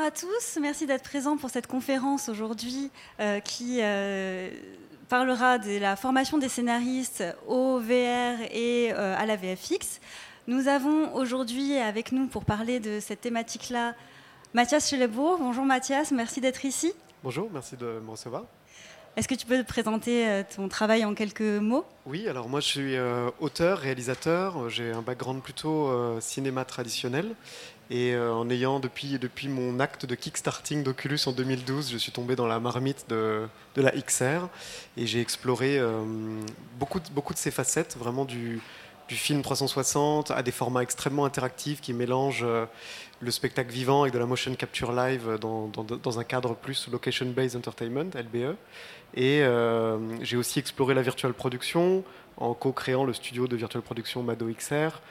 à tous, merci d'être présents pour cette conférence aujourd'hui qui parlera de la formation des scénaristes au VR et à la VFX. Nous avons aujourd'hui avec nous pour parler de cette thématique-là Mathias Schelebourg. Bonjour Mathias, merci d'être ici. Bonjour, merci de me recevoir. Est-ce que tu peux te présenter ton travail en quelques mots ? Oui, alors moi je suis auteur, réalisateur, j'ai un background plutôt cinéma traditionnel et en ayant depuis mon acte de kickstarting d'Oculus en 2012, je suis tombé dans la marmite de la XR et j'ai exploré beaucoup de ces facettes, vraiment du film 360 à des formats extrêmement interactifs qui mélangent le spectacle vivant avec de la motion capture live dans un cadre plus location-based entertainment, LBE. Et j'ai aussi exploré la virtual production en co-créant le studio de virtual production Mado XR.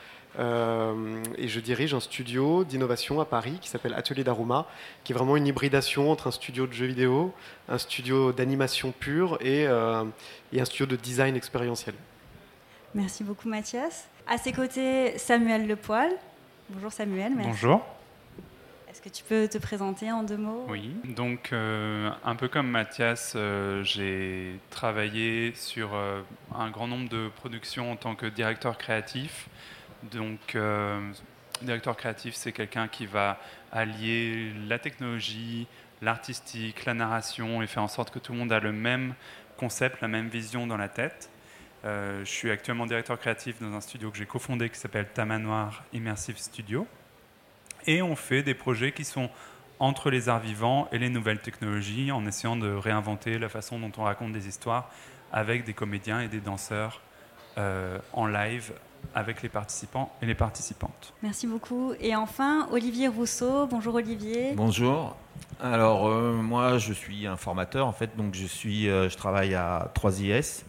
Et je dirige un studio d'innovation à Paris qui s'appelle Atelier d'Aruma, qui est vraiment une hybridation entre un studio de jeux vidéo, un studio d'animation pure et un studio de design expérientiel. Merci beaucoup Mathias. À ses côtés, Samuel Lepoil. Bonjour Samuel. Merci. Bonjour. Est-ce que tu peux te présenter en 2 mots ? Oui, donc un peu comme Mathias, j'ai travaillé sur un grand nombre de productions en tant que directeur créatif. Donc, directeur créatif, c'est quelqu'un qui va allier la technologie, l'artistique, la narration et faire en sorte que tout le monde a le même concept, la même vision dans la tête. Je suis actuellement directeur créatif dans un studio que j'ai cofondé qui s'appelle Tamanoir Immersive Studio. Et on fait des projets qui sont entre les arts vivants et les nouvelles technologies en essayant de réinventer la façon dont on raconte des histoires avec des comédiens et des danseurs en live avec les participants et les participantes. Merci beaucoup. Et enfin, Olivier Rousseau. Bonjour Olivier. Bonjour. Alors, moi, je suis un formateur, en fait. Donc, je travaille à 3IS.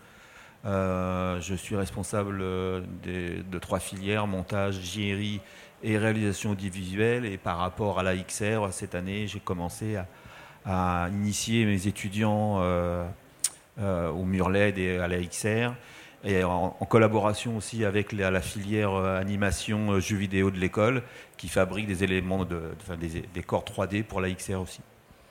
Je suis responsable de 3 filières, montage, JRI et réalisation audiovisuelle. Et par rapport à la XR, cette année, j'ai commencé à initier mes étudiants au mur LED et à la XR. Et en collaboration aussi avec la filière animation jeux vidéo de l'école qui fabrique des éléments, des décors 3D pour la XR aussi.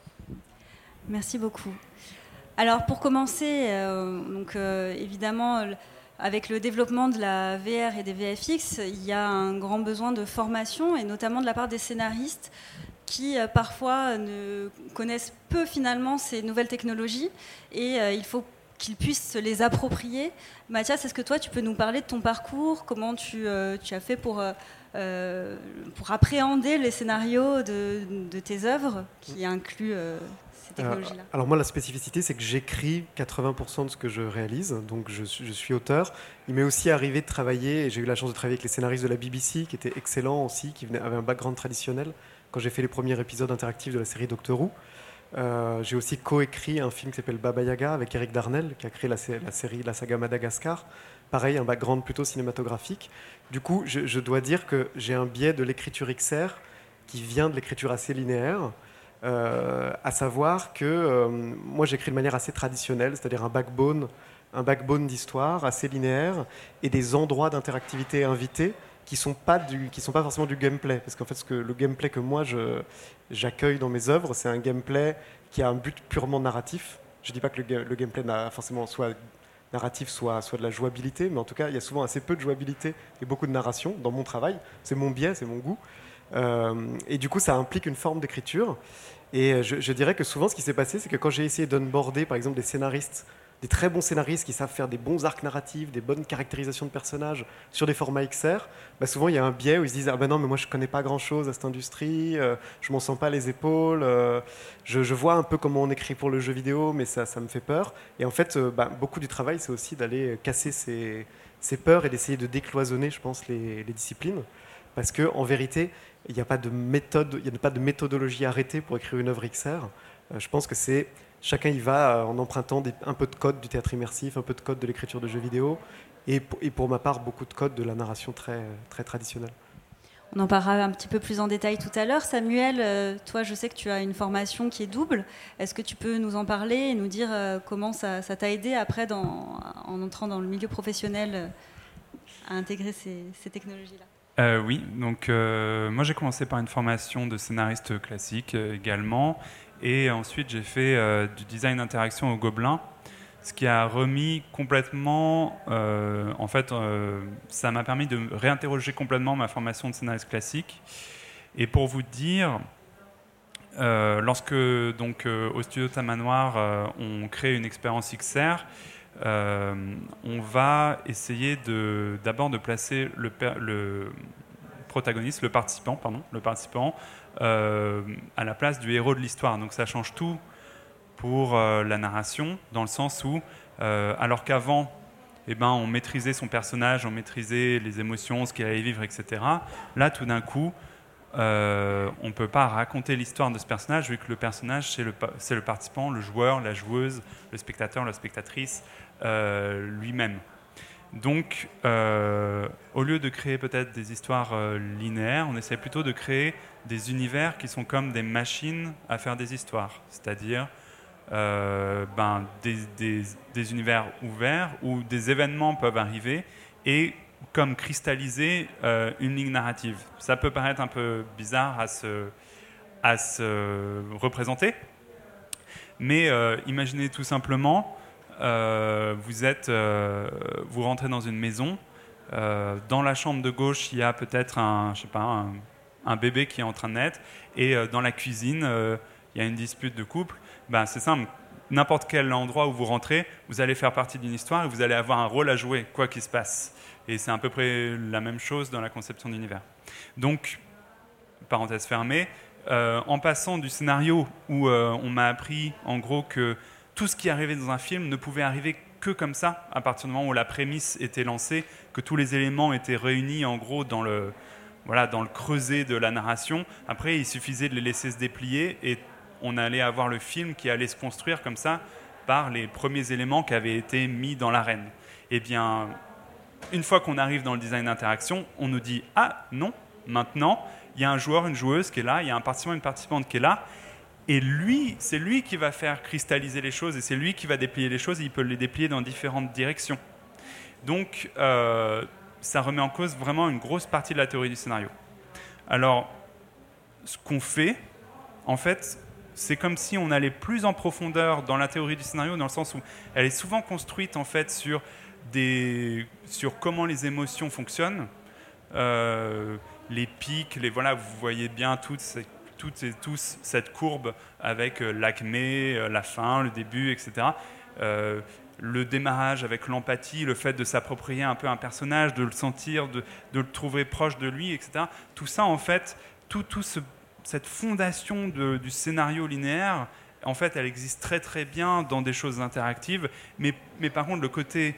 Merci beaucoup. Alors pour commencer, évidemment, avec le développement de la VR et des VFX, il y a un grand besoin de formation, et notamment de la part des scénaristes qui parfois ne connaissent peu finalement ces nouvelles technologies, et il faut qu'ils puissent se les approprier. Mathias, est-ce que toi tu peux nous parler de ton parcours, comment tu as fait pour appréhender les scénarios de tes œuvres qui incluent alors moi, la spécificité, c'est que j'écris 80% de ce que je réalise, donc je suis auteur. Il m'est aussi arrivé de travailler, et j'ai eu la chance de travailler avec les scénaristes de la BBC, qui étaient excellents aussi, qui avaient un background traditionnel, quand j'ai fait les premiers épisodes interactifs de la série Doctor Who. J'ai aussi coécrit un film qui s'appelle Baba Yaga, avec Eric Darnell, qui a créé la série, la saga Madagascar. Pareil, un background plutôt cinématographique. Du coup, je dois dire que j'ai un biais de l'écriture XR, qui vient de l'écriture assez linéaire, à savoir que moi j'écris de manière assez traditionnelle, c'est-à-dire un backbone d'histoire assez linéaire et des endroits d'interactivité invités qui sont pas forcément du gameplay, parce qu'en fait le gameplay que moi j'accueille dans mes œuvres, c'est un gameplay qui a un but purement narratif. Je dis pas que le gameplay n'a forcément soit narratif, soit de la jouabilité, mais en tout cas il y a souvent assez peu de jouabilité et beaucoup de narration dans mon travail. C'est mon biais, c'est mon goût. Et du coup ça implique une forme d'écriture, et je dirais que souvent ce qui s'est passé, c'est que quand j'ai essayé d'onboarder par exemple des scénaristes, des très bons scénaristes qui savent faire des bons arcs narratifs, des bonnes caractérisations de personnages sur des formats XR, souvent il y a un biais où ils se disent « Ah ben non, mais moi je connais pas grand-chose à cette industrie, je m'en sens pas les épaules, je vois un peu comment on écrit pour le jeu vidéo, mais ça me fait peur. » Et en fait, beaucoup du travail, c'est aussi d'aller casser ces peurs et d'essayer de décloisonner, je pense, les disciplines. Parce qu'en vérité, il n'y a pas de méthodologie arrêtée pour écrire une œuvre XR. Je pense que chacun y va en empruntant un peu de code du théâtre immersif, un peu de code de l'écriture de jeux vidéo, et pour ma part, beaucoup de code de la narration très, très traditionnelle. On en parlera un petit peu plus en détail tout à l'heure. Samuel, toi, je sais que tu as une formation qui est double. Est-ce que tu peux nous en parler et nous dire comment ça t'a aidé après, en entrant dans le milieu professionnel, à intégrer ces technologies-là ? Oui, donc moi j'ai commencé par une formation de scénariste classique également, et ensuite j'ai fait du design d'interaction au Gobelin, ce qui a remis complètement, ça m'a permis de réinterroger complètement ma formation de scénariste classique. Et pour vous dire, lorsque donc au studio Tamanoir on crée une expérience XR, on va essayer d'abord de placer le protagoniste, le participant, à la place du héros de l'histoire. Donc ça change tout pour la narration, dans le sens où, alors qu'avant, on maîtrisait son personnage, on maîtrisait les émotions, ce qu'il allait vivre, etc. Là, tout d'un coup, on ne peut pas raconter l'histoire de ce personnage, vu que le personnage, c'est le participant, le joueur, la joueuse, le spectateur, la spectatrice, lui-même. Donc, au lieu de créer peut-être des histoires linéaires, on essaie plutôt de créer des univers qui sont comme des machines à faire des histoires, c'est-à-dire des univers ouverts où des événements peuvent arriver et comme cristalliser une ligne narrative. Ça peut paraître un peu bizarre à se représenter, mais imaginez tout simplement, vous rentrez dans une maison, dans la chambre de gauche, il y a peut-être un bébé qui est en train de naître, et dans la cuisine, il y a une dispute de couple. C'est simple, n'importe quel endroit où vous rentrez, vous allez faire partie d'une histoire et vous allez avoir un rôle à jouer, quoi qu'il se passe. Et c'est à peu près la même chose dans la conception d'univers. Donc, parenthèse fermée, en passant du scénario où on m'a appris en gros que tout ce qui arrivait dans un film ne pouvait arriver que comme ça, à partir du moment où la prémisse était lancée, que tous les éléments étaient réunis en gros dans le creuset de la narration. Après, il suffisait de les laisser se déplier et on allait avoir le film qui allait se construire comme ça par les premiers éléments qui avaient été mis dans l'arène. Eh bien, une fois qu'on arrive dans le design d'interaction, on nous dit « Ah non, maintenant, il y a un joueur, une joueuse qui est là, il y a un participant, une participante qui est là, et c'est lui qui va faire cristalliser les choses, et c'est lui qui va déplier les choses, et il peut les déplier dans différentes directions. » Donc, ça remet en cause vraiment une grosse partie de la théorie du scénario. Alors, ce qu'on fait, en fait, c'est comme si on allait plus en profondeur dans la théorie du scénario, dans le sens où elle est souvent construite en fait sur comment les émotions fonctionnent, les pics, vous voyez bien toutes et tous cette courbe avec l'acmé, la fin, le début, etc. Le démarrage avec l'empathie, le fait de s'approprier un peu un personnage, de le sentir, de le trouver proche de lui, etc. Tout ça, en fait, cette fondation du scénario linéaire, en fait, elle existe très très bien dans des choses interactives, mais par contre, le côté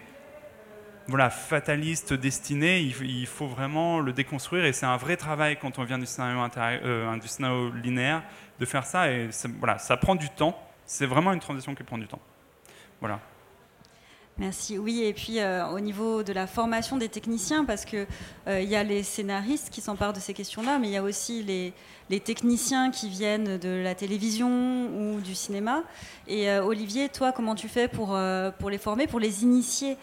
fataliste, destiné, il faut vraiment le déconstruire, et c'est un vrai travail quand on vient du scénario linéaire de faire ça, et ça prend du temps. C'est vraiment une transition qui prend du temps. Voilà. Merci. Oui, et puis au niveau de la formation des techniciens, parce qu'il y a les scénaristes qui s'emparent de ces questions-là, mais il y a aussi les techniciens qui viennent de la télévision ou du cinéma. Et Olivier, toi, comment tu fais pour les former, pour les initier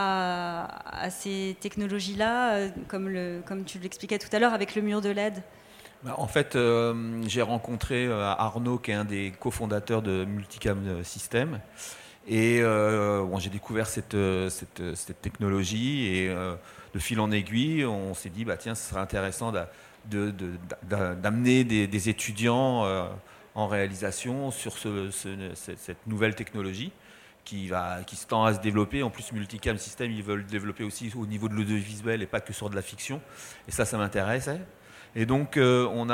à ces technologies-là, comme tu l'expliquais tout à l'heure avec le mur de LED? En fait, j'ai rencontré Arnaud, qui est un des cofondateurs de Multicam System. Et j'ai découvert cette technologie, et de fil en aiguille, on s'est dit tiens, ce serait intéressant d'amener des étudiants en réalisation sur cette nouvelle technologie qui se tend à se développer. En plus, Multicam System, ils veulent développer aussi au niveau de l'audiovisuel et pas que sur de la fiction. Et ça m'intéresse. Et donc, on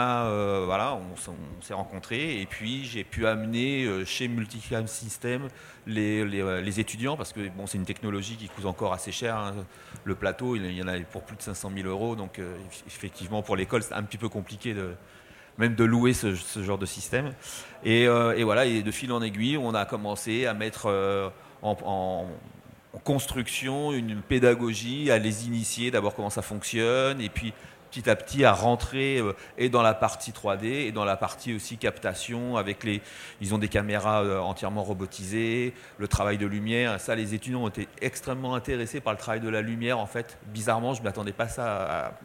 s'est rencontrés, et puis j'ai pu amener chez Multicam System les étudiants, parce que c'est une technologie qui coûte encore assez cher. Hein. Le plateau, il y en a pour plus de 500 000 €, donc effectivement, pour l'école, c'est un petit peu compliqué même de louer ce genre de système. Et de fil en aiguille, on a commencé à mettre en construction une pédagogie, à les initier d'abord comment ça fonctionne, et puis petit à petit à rentrer et dans la partie 3D et dans la partie aussi captation ils ont des caméras entièrement robotisées, le travail de lumière. Ça, les étudiants ont été extrêmement intéressés par le travail de la lumière, en fait. Bizarrement, je ne m'attendais pas à ça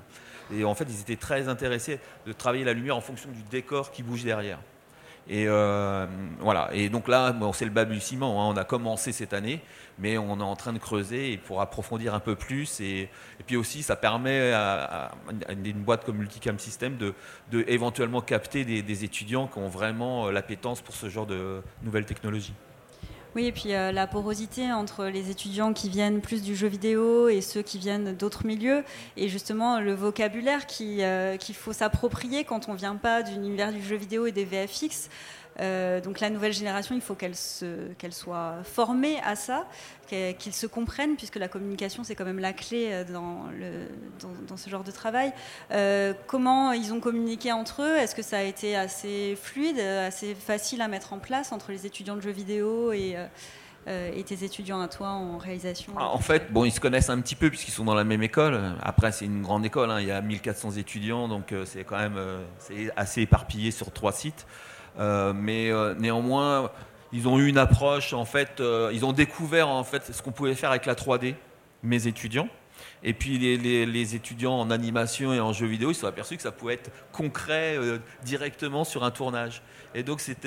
Et en fait, ils étaient très intéressés de travailler la lumière en fonction du décor qui bouge derrière. Et voilà. Et donc là, bon, c'est le balbutiement. Hein. On a commencé cette année, mais on est en train de creuser et pour approfondir un peu plus. Et puis aussi, ça permet à une boîte comme Multicam System de éventuellement capter des étudiants qui ont vraiment l'appétence pour ce genre de nouvelles technologies. Oui, et puis la porosité entre les étudiants qui viennent plus du jeu vidéo et ceux qui viennent d'autres milieux, et justement le vocabulaire qu'il faut s'approprier quand on ne vient pas de l'univers du jeu vidéo et des VFX. Donc la nouvelle génération, il faut qu'elle soit formée à ça, qu'ils se comprennent, puisque la communication, c'est quand même la clé dans ce genre de travail. Comment ils ont communiqué entre eux? Est-ce que ça a été assez fluide, assez facile à mettre en place entre les étudiants de jeux vidéo et tes étudiants à toi en réalisation? En fait, bon, ils se connaissent un petit peu puisqu'ils sont dans la même école. Après, c'est une grande école, hein. Il y a 1400 étudiants, donc c'est quand même c'est assez éparpillé sur 3 sites. Mais néanmoins, ils ont eu une approche, en fait, ils ont découvert en fait ce qu'on pouvait faire avec la 3D, mes étudiants. Et puis les étudiants en animation et en jeux vidéo, ils se sont aperçus que ça pouvait être concret directement sur un tournage. Et donc c'est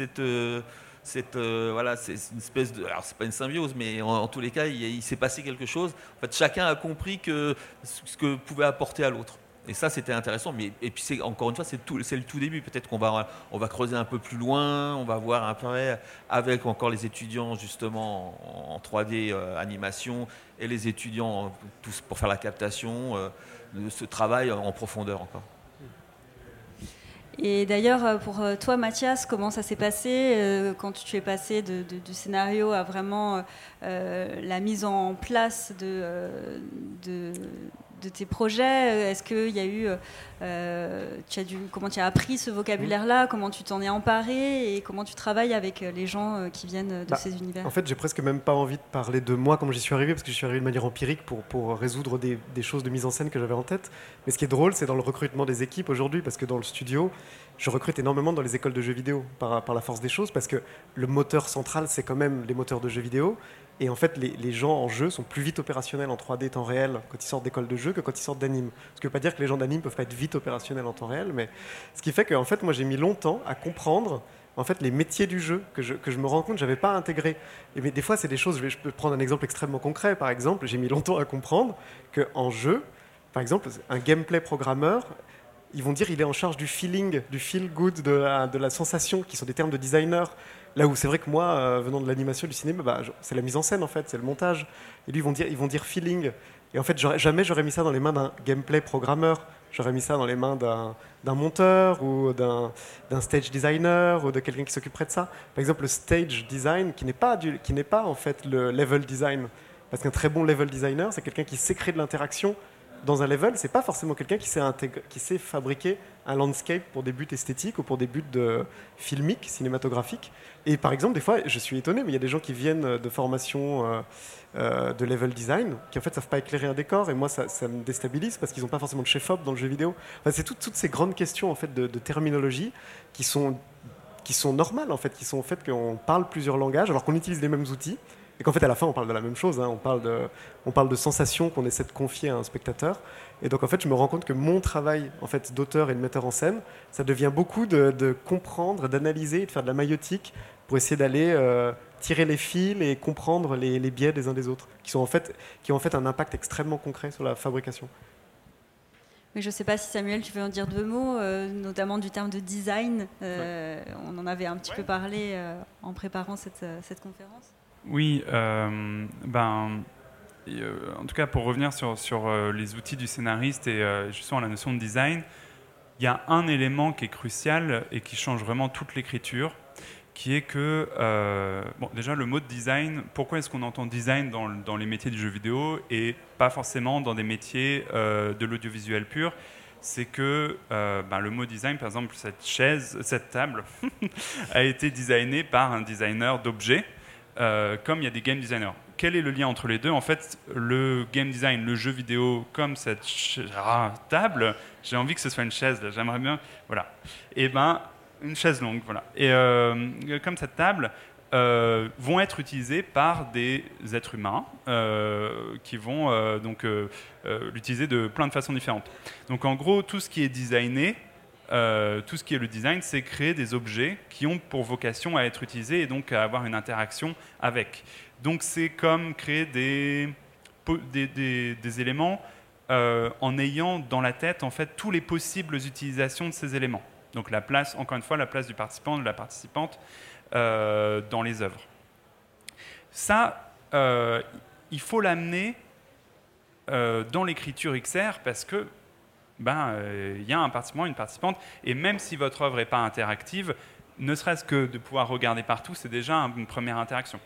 voilà, c'est une espèce de, alors c'est pas une symbiose, mais en tous les cas, il s'est passé quelque chose. En fait, chacun a compris ce que pouvait apporter à l'autre. Et ça, c'était intéressant. Et puis, encore une fois, c'est le tout début. Peut-être qu'on va creuser un peu plus loin. On va voir après, avec encore les étudiants, justement, en 3D animation, et les étudiants, tous pour faire la captation, ce travail en profondeur encore. Et d'ailleurs, pour toi, Mathias, comment ça s'est passé quand tu es passé du scénario à vraiment la mise en place de tes projets? Est-ce qu'il y a eu, comment tu as appris ce vocabulaire-là? Comment tu t'en es emparé? Et comment tu travailles avec les gens qui viennent de ces univers? En fait, j'ai presque même pas envie de parler de moi quand j'y suis arrivé, parce que j'y suis arrivé de manière empirique pour résoudre des choses de mise en scène que j'avais en tête. Mais ce qui est drôle, c'est dans le recrutement des équipes aujourd'hui, parce que dans le studio, je recrute énormément dans les écoles de jeux vidéo par la force des choses, parce que le moteur central, c'est quand même les moteurs de jeux vidéo. Et en fait, les gens en jeu sont plus vite opérationnels en 3D temps réel quand ils sortent d'école de jeu que quand ils sortent d'anime. Ce qui ne veut pas dire que les gens d'anime ne peuvent pas être vite opérationnels en temps réel, mais ce qui fait que en fait, moi, j'ai mis longtemps à comprendre en fait, les métiers du jeu que je me rends compte que je n'avais pas intégrés. Mais des fois, c'est des choses, je peux prendre un exemple extrêmement concret. Par exemple, j'ai mis longtemps à comprendre qu'en jeu, par exemple, un gameplay programmeur, ils vont dire qu'il est en charge du feeling, du feel good, de la sensation, qui sont des termes de designer. Là où c'est vrai que moi, venant de l'animation, du cinéma, c'est la mise en scène en fait, c'est le montage. Et lui, ils vont dire feeling. Et en fait, jamais j'aurais mis ça dans les mains d'un gameplay programmeur. J'aurais mis ça dans les mains d'un monteur ou d'un stage designer ou de quelqu'un qui s'occuperait de ça. Par exemple, le stage design, qui n'est pas en fait le level design. Parce qu'un très bon level designer, c'est quelqu'un qui sait créer de l'interaction dans un level. C'est pas forcément quelqu'un qui sait fabriquer un landscape pour des buts esthétiques ou pour des buts filmiques, cinématographiques. Et par exemple, des fois, je suis étonné, mais il y a des gens qui viennent de formation de level design, qui en fait savent pas éclairer un décor, et moi ça me déstabilise parce qu'ils n'ont pas forcément de chef-op dans le jeu vidéo. Enfin, c'est toutes ces grandes questions en fait de terminologie qui sont normales en fait, qui sont en fait qu'on parle plusieurs langages alors qu'on utilise les mêmes outils. Et qu'en fait, à la fin, on parle de la même chose. Hein. On parle de sensations qu'on essaie de confier à un spectateur. Et donc, en fait, je me rends compte que mon travail en fait, d'auteur et de metteur en scène, ça devient beaucoup de comprendre, d'analyser, de faire de la maïotique pour essayer d'aller tirer les fils et comprendre les biais des uns des autres, qui ont en fait un impact extrêmement concret sur la fabrication. Mais je ne sais pas si Samuel, tu veux en dire 2 mots, notamment du terme de design. On en avait un petit peu parlé en préparant cette conférence. Oui, en tout cas pour revenir sur les outils du scénariste et justement la notion de design, il y a un élément qui est crucial et qui change vraiment toute l'écriture, qui est que, déjà le mot de design, pourquoi est-ce qu'on entend design dans les métiers du jeu vidéo et pas forcément dans des métiers de l'audiovisuel pur? C'est que le mot design, par exemple, cette table a été designée par un designer d'objets, comme il y a des game designers. Quel est le lien entre les deux? En fait, le game design, le jeu vidéo, comme cette table, j'ai envie que ce soit une chaise, là, j'aimerais bien, voilà. Et une chaise longue, voilà. Et comme cette table, vont être utilisés par des êtres humains qui vont l'utiliser de plein de façons différentes. Donc en gros, tout ce qui est designé, tout ce qui est le design, c'est créer des objets qui ont pour vocation à être utilisés et donc à avoir une interaction avec. Donc c'est comme créer des éléments en ayant dans la tête en fait tous les possibles utilisations de ces éléments. Donc la place, encore une fois, la place du participant, de la participante dans les œuvres. Ça, il faut l'amener dans l'écriture XR parce que y a un participant, une participante, et même si votre œuvre n'est pas interactive, ne serait-ce que de pouvoir regarder partout, c'est déjà une première interaction.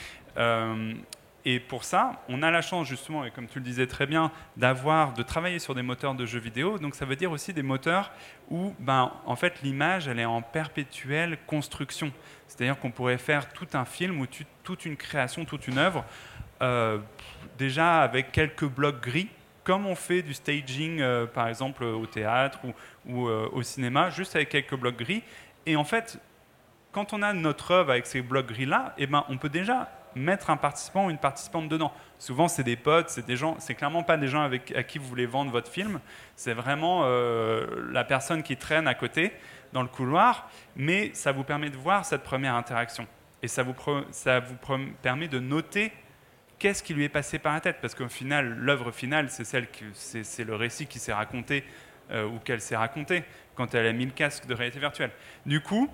Et pour ça, on a la chance justement, et comme tu le disais très bien, de travailler sur des moteurs de jeux vidéo. Donc ça veut dire aussi des moteurs où en fait, l'image elle est en perpétuelle construction. C'est-à-dire qu'on pourrait faire tout un film ou toute une création, toute une œuvre, déjà avec quelques blocs gris, comme on fait du staging, par exemple, au théâtre ou au cinéma, juste avec quelques blocs gris. Et en fait, quand on a notre œuvre avec ces blocs gris-là, on peut déjà mettre un participant ou une participante dedans. Souvent, c'est des potes, c'est des gens, c'est clairement pas des gens à qui vous voulez vendre votre film. C'est vraiment la personne qui traîne à côté dans le couloir, mais ça vous permet de voir cette première interaction. Et ça vous permet de noter qu'est-ce qui lui est passé par la tête, parce qu'au final, l'œuvre finale, c'est le récit qui s'est raconté ou qu'elle s'est raconté quand elle a mis le casque de réalité virtuelle. Du coup,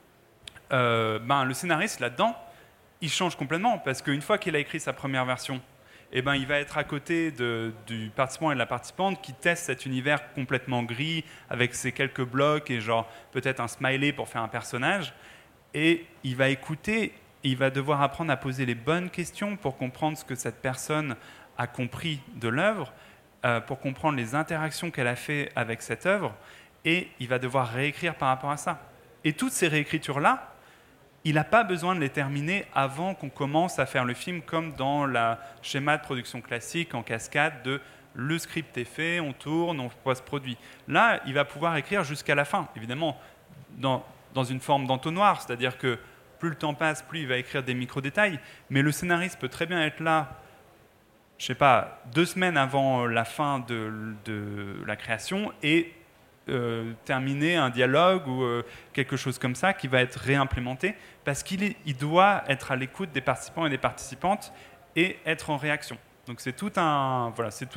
le scénariste là-dedans, il change complètement parce qu'une fois qu'il a écrit sa première version, il va être à côté du participant et de la participante qui teste cet univers complètement gris avec ses quelques blocs et genre peut-être un smiley pour faire un personnage, et il va écouter. Il va devoir apprendre à poser les bonnes questions pour comprendre ce que cette personne a compris de l'œuvre, pour comprendre les interactions qu'elle a fait avec cette œuvre, et il va devoir réécrire par rapport à ça. Et toutes ces réécritures-là, il n'a pas besoin de les terminer avant qu'on commence à faire le film, comme dans le schéma de production classique en cascade de le script est fait, on tourne, on post-produit. Là, il va pouvoir écrire jusqu'à la fin, évidemment, dans une forme d'entonnoir, c'est-à-dire que plus le temps passe, plus il va écrire des micro-détails. Mais le scénariste peut très bien être là, 2 semaines avant la fin de la création et terminer un dialogue ou quelque chose comme ça qui va être réimplémenté parce qu'il doit être à l'écoute des participants et des participantes et être en réaction. Donc c'est tout un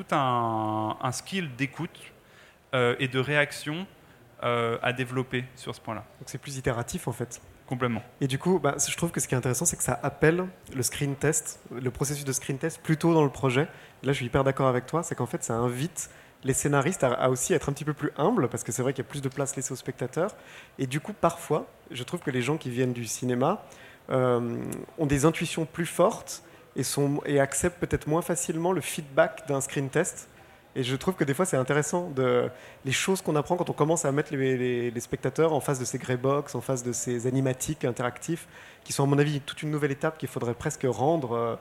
skill d'écoute et de réaction à développer sur ce point-là. Donc c'est plus itératif en fait. Complètement. Et du coup, je trouve que ce qui est intéressant, c'est que ça appelle le screen test, le processus de screen test plus tôt dans le projet. Et là, je suis hyper d'accord avec toi, c'est qu'en fait, ça invite les scénaristes à aussi être un petit peu plus humbles, parce que c'est vrai qu'il y a plus de place laissée aux spectateurs. Et du coup, parfois, je trouve que les gens qui viennent du cinéma ont des intuitions plus fortes et acceptent peut-être moins facilement le feedback d'un screen test. Et je trouve que des fois, c'est intéressant, les choses qu'on apprend quand on commence à mettre les spectateurs en face de ces grey box, en face de ces animatiques interactifs, qui sont à mon avis toute une nouvelle étape qu'il faudrait presque rendre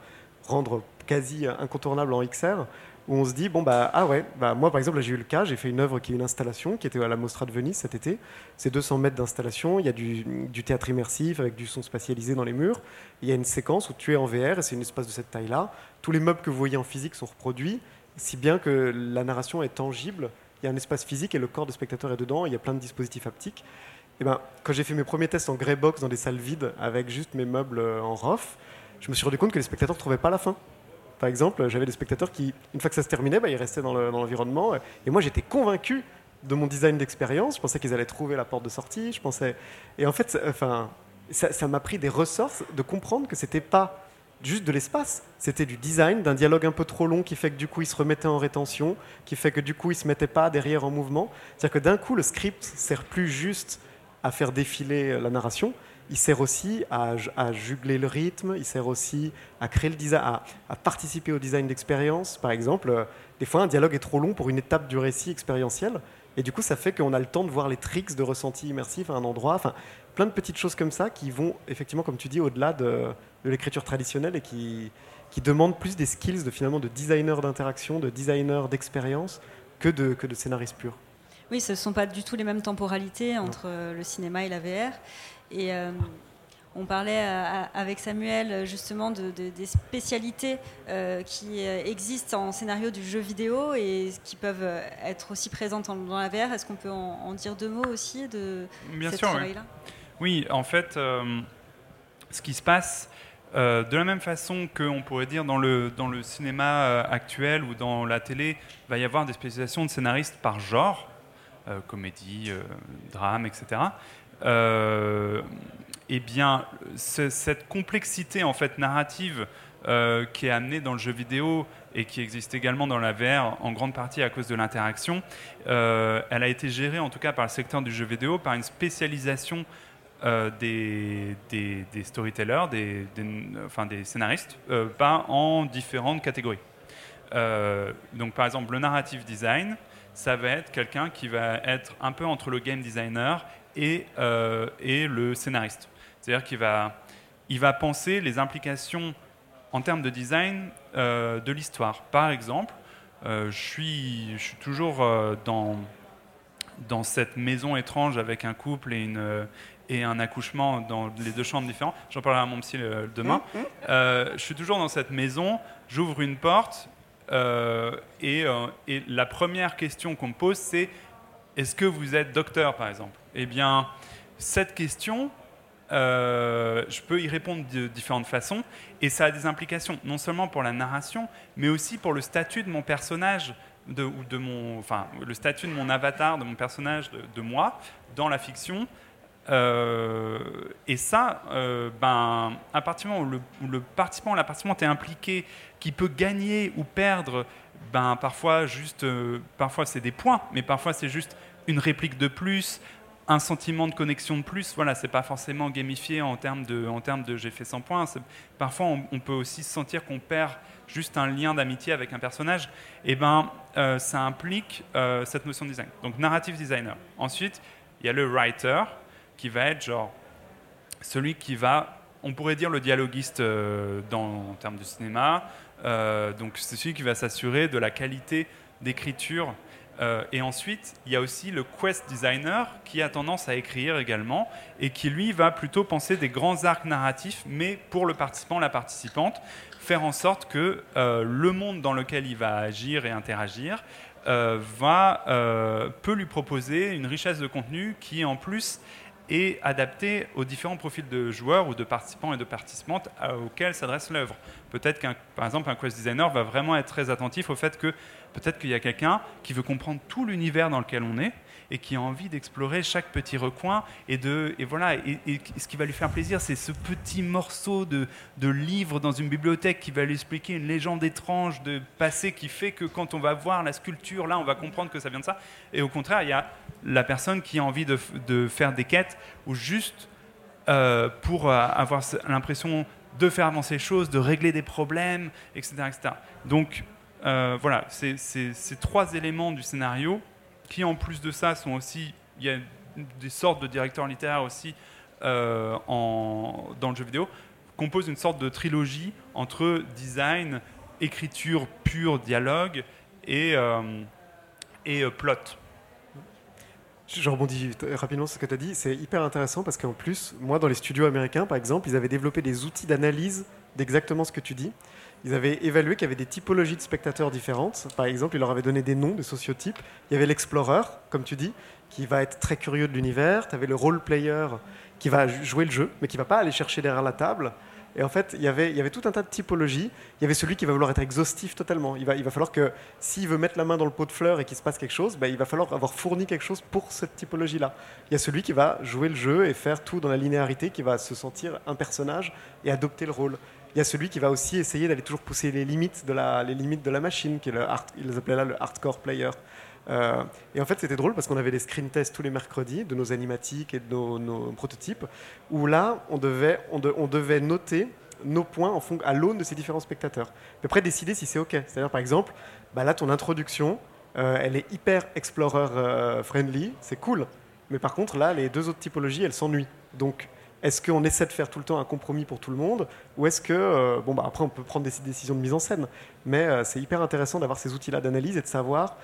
quasi incontournable en XR, où on se dit, moi par exemple, là, j'ai eu le cas, j'ai fait une œuvre qui est une installation, qui était à la Mostra de Venise cet été. C'est 200 mètres d'installation, il y a du théâtre immersif avec du son spatialisé dans les murs. Il y a une séquence où tu es en VR et c'est un espace de cette taille-là. Tous les meubles que vous voyez en physique sont reproduits, si bien que la narration est tangible. Il y a un espace physique et le corps du spectateur est dedans, il y a plein de dispositifs haptiques. Et quand j'ai fait mes premiers tests en grey box dans des salles vides avec juste mes meubles en ROF, je me suis rendu compte que les spectateurs ne trouvaient pas la fin. Par exemple, j'avais des spectateurs qui, une fois que ça se terminait, ils restaient dans l'environnement. Et moi, j'étais convaincu de mon design d'expérience. Je pensais qu'ils allaient trouver la porte de sortie. Et en fait, ça m'a pris des ressorts de comprendre que c'était pas juste de l'espace. C'était du design, d'un dialogue un peu trop long qui fait que du coup, ils se remettaient en rétention, qui fait que du coup, ils se mettaient pas derrière en mouvement. C'est-à-dire que d'un coup, le script sert plus juste à faire défiler la narration. Il sert aussi à jugler le rythme, il sert aussi à créer le design, à participer au design d'expérience. Par exemple, des fois, un dialogue est trop long pour une étape du récit expérientiel, et du coup, ça fait qu'on a le temps de voir les tricks de ressenti immersif à un endroit. Enfin, plein de petites choses comme ça qui vont, effectivement, comme tu dis, au-delà de l'écriture traditionnelle et qui demandent plus des skills finalement de designer d'interaction, de designer d'expérience que de scénariste pur. Oui, ce ne sont pas du tout les mêmes temporalités entre le cinéma et la VR. Et On parlait avec Samuel justement des spécialités qui existent en scénario du jeu vidéo et qui peuvent être aussi présentes dans la VR. Est-ce qu'on peut en dire 2 mots aussi de ce travail-là ? Oui, en fait, ce qui se passe, de la même façon qu'on pourrait dire dans le cinéma actuel ou dans la télé, il va y avoir des spécialisations de scénaristes par genre, comédie, drame, etc. Eh bien, cette complexité en fait narrative qui est amenée dans le jeu vidéo et qui existe également dans la VR en grande partie à cause de l'interaction, elle a été gérée en tout cas par le secteur du jeu vidéo par une spécialisation des storytellers, des scénaristes, en différentes catégories. Donc par exemple le narrative design, ça va être quelqu'un qui va être un peu entre le game designer et le scénariste. C'est-à-dire qu'il va penser les implications en termes de design de l'histoire. Par exemple, je suis toujours dans cette maison étrange avec un couple et un accouchement dans les 2 chambres différentes. J'en parlerai à mon psy demain. Je suis toujours dans cette maison, j'ouvre une porte et la première question qu'on me pose, c'est « Est-ce que vous êtes docteur, par exemple ?» Eh bien, cette question, je peux y répondre de différentes façons et ça a des implications non seulement pour la narration, mais aussi pour le statut de mon personnage, le statut de mon avatar, de mon personnage, de moi, dans la fiction. Et ça, à partir du moment où le participant ou la participante est impliqué, qui peut gagner ou perdre, parfois c'est des points, mais parfois c'est juste une réplique de plus, un sentiment de connexion de plus. Voilà, c'est pas forcément gamifié en termes de j'ai fait 100 points. Parfois, on peut aussi se sentir qu'on perd juste un lien d'amitié avec un personnage. Et ça implique cette notion de design. Donc, narrative designer. Ensuite, il y a le writer, qui va être genre celui qui va, on pourrait dire le dialoguiste en termes de cinéma. Donc, c'est celui qui va s'assurer de la qualité d'écriture. Et ensuite, il y a aussi le quest designer qui a tendance à écrire également et qui, lui, va plutôt penser des grands arcs narratifs, mais pour le participant, la participante, faire en sorte que le monde dans lequel il va agir et interagir peut lui proposer une richesse de contenu qui, en plus, est adaptée aux différents profils de joueurs ou de participants et de participantes auxquels s'adresse l'œuvre. Peut-être par exemple, un quest designer va vraiment être très attentif au fait que peut-être qu'il y a quelqu'un qui veut comprendre tout l'univers dans lequel on est et qui a envie d'explorer chaque petit recoin et ce qui va lui faire plaisir, c'est ce petit morceau de livre dans une bibliothèque qui va lui expliquer une légende étrange de passé qui fait que quand on va voir la sculpture, là, on va comprendre que ça vient de ça. Et au contraire, il y a la personne qui a envie de faire des quêtes ou juste pour avoir l'impression de faire avancer les choses, de régler des problèmes, etc. etc. Donc, voilà, c'est 3 éléments du scénario qui, en plus de ça, sont aussi... Il y a des sortes de directeurs littéraires aussi dans le jeu vidéo, composent une sorte de trilogie entre design, écriture pure, dialogue et plot. Je rebondis rapidement sur ce que tu as dit. C'est hyper intéressant parce qu'en plus, moi, dans les studios américains, par exemple, ils avaient développé des outils d'analyse d'exactement ce que tu dis. Ils avaient évalué qu'il y avait des typologies de spectateurs différentes. Par exemple, ils leur avaient donné des noms, des sociotypes. Il y avait l'explorer, comme tu dis, qui va être très curieux de l'univers. Tu avais le role player qui va jouer le jeu, mais qui ne va pas aller chercher derrière la table. Et en fait, il y avait tout un tas de typologies. Il y avait celui qui va vouloir être exhaustif totalement. Il va falloir que, s'il veut mettre la main dans le pot de fleurs et qu'il se passe quelque chose, il va falloir avoir fourni quelque chose pour cette typologie-là. Il y a celui qui va jouer le jeu et faire tout dans la linéarité, qui va se sentir un personnage et adopter le rôle. Il y a celui qui va aussi essayer d'aller toujours pousser les limites de la machine, qui est ils appelaient là le hardcore player. Et en fait, c'était drôle parce qu'on avait des screen tests tous les mercredis de nos animatiques et de nos prototypes, où là, on devait noter nos points à l'aune de ces différents spectateurs. Puis après, décider si c'est OK. C'est-à-dire, par exemple, là, ton introduction, elle est hyper explorer friendly, c'est cool. Mais par contre, là, les 2 autres typologies, elles s'ennuient. Donc, est-ce qu'on essaie de faire tout le temps un compromis pour tout le monde, ou est-ce que... après, on peut prendre des décisions de mise en scène, mais c'est hyper intéressant d'avoir ces outils-là d'analyse et de savoir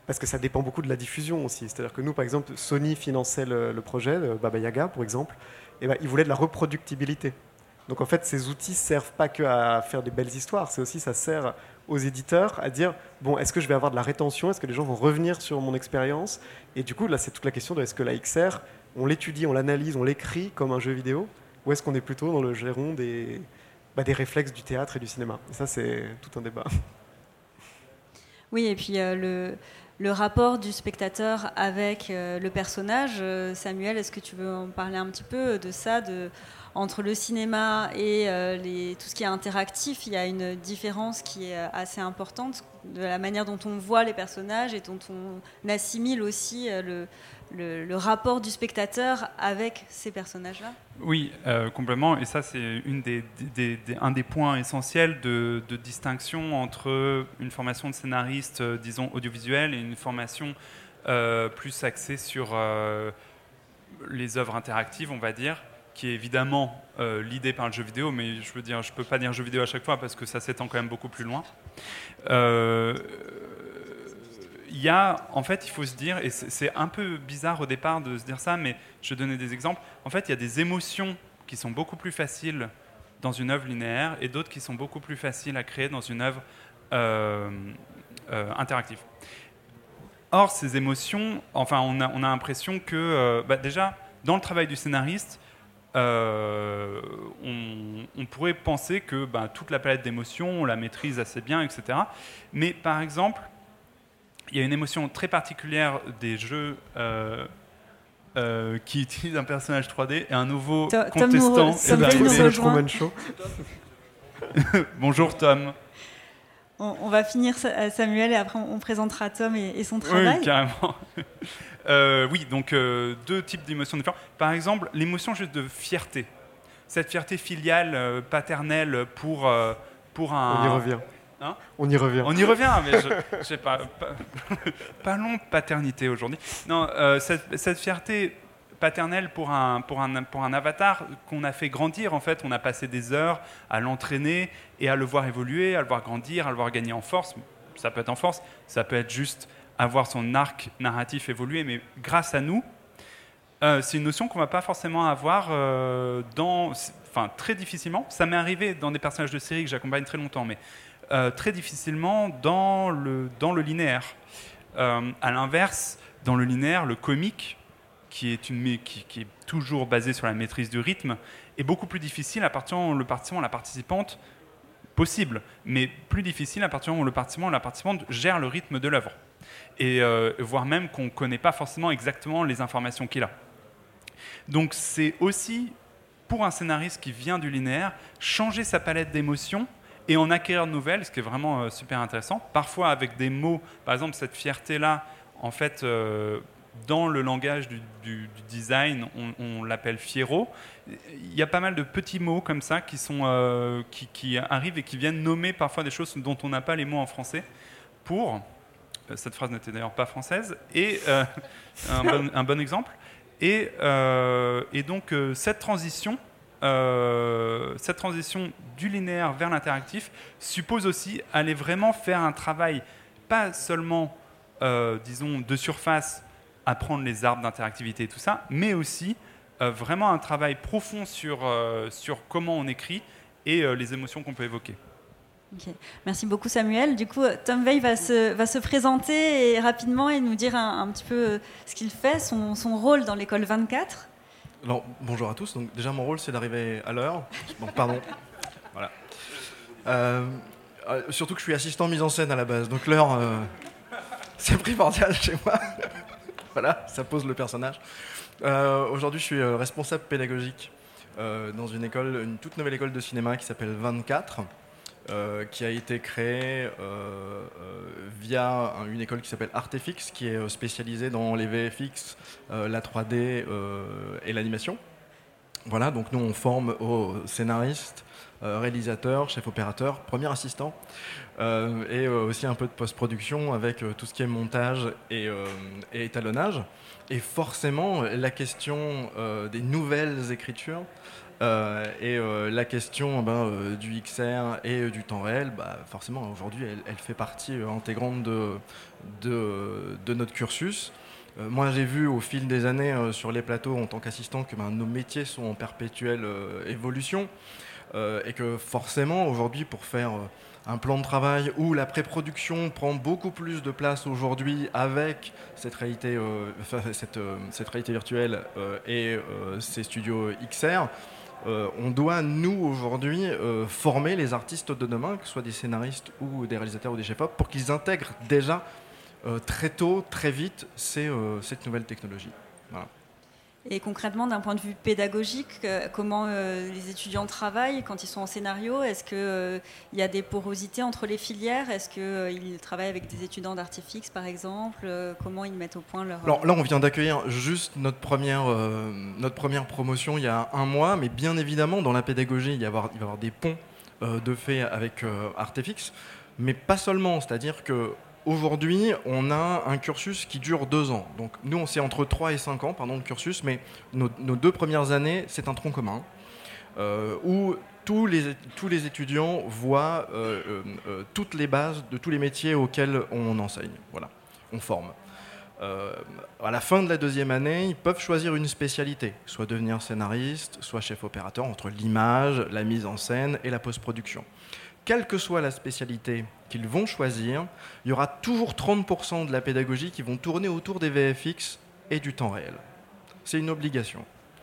parce que ça dépend beaucoup de la diffusion aussi. C'est-à-dire que nous, par exemple, Sony finançait le projet, Baba Yaga, par exemple, et ils voulaient de la reproductibilité. Donc en fait, ces outils servent pas que à faire des belles histoires, c'est aussi, ça sert aux éditeurs à dire, bon, est-ce que je vais avoir de la rétention, est-ce que les gens vont revenir sur mon expérience? Et du coup, là, c'est toute la question de est-ce que la XR, on l'étudie, on l'analyse, on l'écrit comme un jeu vidéo, ou est-ce qu'on est plutôt dans le giron des réflexes du théâtre et du cinéma? Et ça, c'est tout un débat. Oui, et puis le rapport du spectateur avec le personnage. Samuel, est-ce que tu veux en parler un petit peu de ça, entre le cinéma et tout ce qui est interactif? Il y a une différence qui est assez importante de la manière dont on voit les personnages et dont on assimile aussi le rapport du spectateur avec ces personnages-là. Oui, complètement. Et ça, c'est un des points essentiels de distinction entre une formation de scénariste, disons, audiovisuelle et une formation plus axée sur les œuvres interactives, on va dire, qui est évidemment l'idée par le jeu vidéo, mais je veux dire, je ne peux pas dire jeu vidéo à chaque fois parce que ça s'étend quand même beaucoup plus loin. En fait, il faut se dire, et c'est un peu bizarre au départ de se dire ça, mais je vais donner des exemples. En fait, il y a des émotions qui sont beaucoup plus faciles dans une œuvre linéaire et d'autres qui sont beaucoup plus faciles à créer dans une œuvre interactive. Or, ces émotions, enfin, on a l'impression que, déjà, dans le travail du scénariste, on pourrait penser que toute la palette d'émotions, on la maîtrise assez bien, etc. Mais par exemple, il y a une émotion très particulière des jeux qui utilisent un personnage 3D et un nouveau contestant. C'est Truman Show. Bonjour Tom. On va finir Samuel et après on présentera Tom et son travail. Oui, carrément. Oui, donc deux types d'émotions différentes. Par exemple, l'émotion juste de fierté. Cette fierté filiale, paternelle pour un... On y revient. Hein? On y revient, mais je sais pas. Parlons paternité aujourd'hui. Non, cette fierté paternelle pour un avatar qu'on a fait grandir. En fait, on a passé des heures à l'entraîner et à le voir évoluer, à le voir grandir, à le voir gagner en force. Ça peut être en force, ça peut être juste à voir son arc narratif évoluer, mais grâce à nous, c'est une notion qu'on ne va pas forcément avoir très difficilement. Ça m'est arrivé dans des personnages de série que j'accompagne très longtemps, mais très difficilement dans le linéaire. À l'inverse, dans le linéaire, le comique, qui est toujours basé sur la maîtrise du rythme, est beaucoup plus difficile à partir du moment où le participant, la participante, possible, mais plus difficile à partir du moment où le participant, la participante gère le rythme de l'œuvre. Et voire même qu'on ne connaît pas forcément exactement les informations qu'il a. Donc c'est aussi, pour un scénariste qui vient du linéaire, changer sa palette d'émotions et en acquérir de nouvelles, ce qui est vraiment super intéressant. Parfois avec des mots, par exemple cette fierté-là, en fait, dans le langage du design, on l'appelle fiero. Il y a pas mal de petits mots comme ça qui arrivent et qui viennent nommer parfois des choses dont on n'a pas les mots en français pour... Cette phrase n'était d'ailleurs pas française. Et un bon exemple. Et donc cette transition du linéaire vers l'interactif suppose aussi aller vraiment faire un travail, pas seulement, disons, de surface, apprendre les arbres d'interactivité et tout ça, mais aussi vraiment un travail profond sur comment on écrit et les émotions qu'on peut évoquer. Okay. Merci beaucoup Samuel. Du coup, Tom Weil va se présenter rapidement et nous dire un petit peu ce qu'il fait, son rôle dans l'école 24. Alors, bonjour à tous. Donc, déjà, mon rôle, c'est d'arriver à l'heure. Bon, pardon. Voilà. Surtout que je suis assistant mise en scène à la base. Donc, l'heure, c'est primordial chez moi. Voilà, ça pose le personnage. Aujourd'hui, je suis responsable pédagogique dans une toute nouvelle école de cinéma qui s'appelle 24. Qui a été créée via une école qui s'appelle Artefix, qui est spécialisée dans les VFX, la 3D et l'animation. Voilà, donc nous on forme aux scénaristes, réalisateurs, chefs opérateurs, premiers assistants, et aussi un peu de post-production avec tout ce qui est montage et étalonnage. Et forcément, la question des nouvelles écritures La question du XR et du temps réel, forcément, aujourd'hui, elle fait partie intégrante de notre cursus. Moi, j'ai vu au fil des années sur les plateaux en tant qu'assistant que nos métiers sont en perpétuelle évolution et que forcément, aujourd'hui, pour faire un plan de travail où la pré-production prend beaucoup plus de place aujourd'hui avec cette réalité virtuelle et ces studios XR, on doit, nous, aujourd'hui, former les artistes de demain, que ce soit des scénaristes ou des réalisateurs ou des chefs-op, pour qu'ils intègrent déjà très tôt, très vite, cette nouvelle technologie. Voilà. Et concrètement, d'un point de vue pédagogique, comment les étudiants travaillent quand ils sont en scénario? Est-ce qu'il y a des porosités entre les filières? Est-ce qu'ils travaillent avec des étudiants d'Artifix, par exemple? Comment ils mettent au point leur... Alors là, on vient d'accueillir juste notre première promotion il y a 1 mois, mais bien évidemment, dans la pédagogie, il va y avoir des ponts de fait avec Artifix, mais pas seulement, c'est-à-dire que aujourd'hui, on a un cursus qui dure 2 ans. Donc nous, c'est entre 3 et 5 ans, pardon, le cursus, mais nos 2 premières années, c'est un tronc commun, où tous les étudiants voient toutes les bases de tous les métiers auxquels on enseigne. Voilà, on forme. À la fin de la 2e année, ils peuvent choisir une spécialité, soit devenir scénariste, soit chef opérateur, entre l'image, la mise en scène et la post-production. Quelle que soit la spécialité qu'ils vont choisir, il y aura toujours 30% de la pédagogie qui vont tourner autour des VFX et du temps réel. C'est une obligation.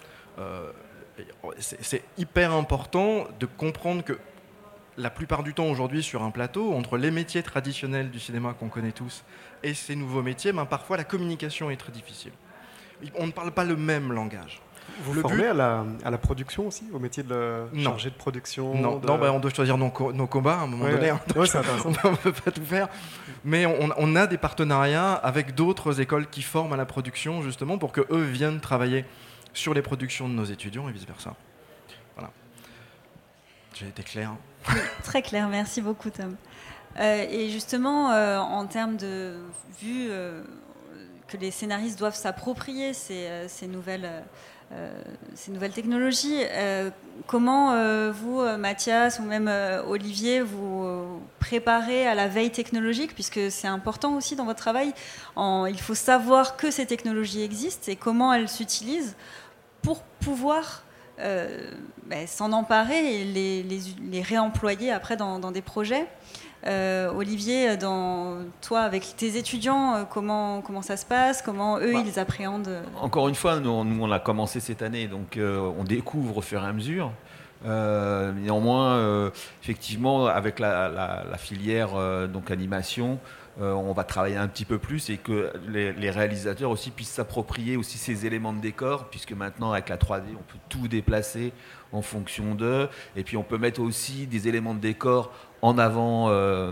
C'est hyper important de comprendre que la plupart du temps aujourd'hui sur un plateau, entre les métiers traditionnels du cinéma qu'on connaît tous et ces nouveaux métiers, parfois la communication est très difficile. On ne parle pas le même langage. Vous formez à la production aussi, au métier de chargé de production? Non, on doit choisir nos combats à un moment donné. C'est intéressant. On ne peut pas tout faire. Mais on a des partenariats avec d'autres écoles qui forment à la production, justement, pour qu'eux viennent travailler sur les productions de nos étudiants et vice-versa. Voilà. J'ai été clair. Oui, très clair, merci beaucoup, Tom. Et justement, en termes de vue que les scénaristes doivent s'approprier ces nouvelles technologies. Comment vous, Mathias, ou même Olivier, vous préparez à la veille technologique, puisque c'est important aussi dans votre travail. Il faut savoir que ces technologies existent et comment elles s'utilisent pour pouvoir s'en emparer et les réemployer après dans des projets. Olivier, toi, avec tes étudiants, comment ça se passe? Comment eux, ils appréhendent? Encore une fois, nous, on a commencé cette année, donc on découvre au fur et à mesure. Néanmoins, effectivement, avec la filière donc animation, on va travailler un petit peu plus et que les réalisateurs aussi puissent s'approprier aussi ces éléments de décor, puisque maintenant, avec la 3D, on peut tout déplacer en fonction d'eux. Et puis, on peut mettre aussi des éléments de décor en avant,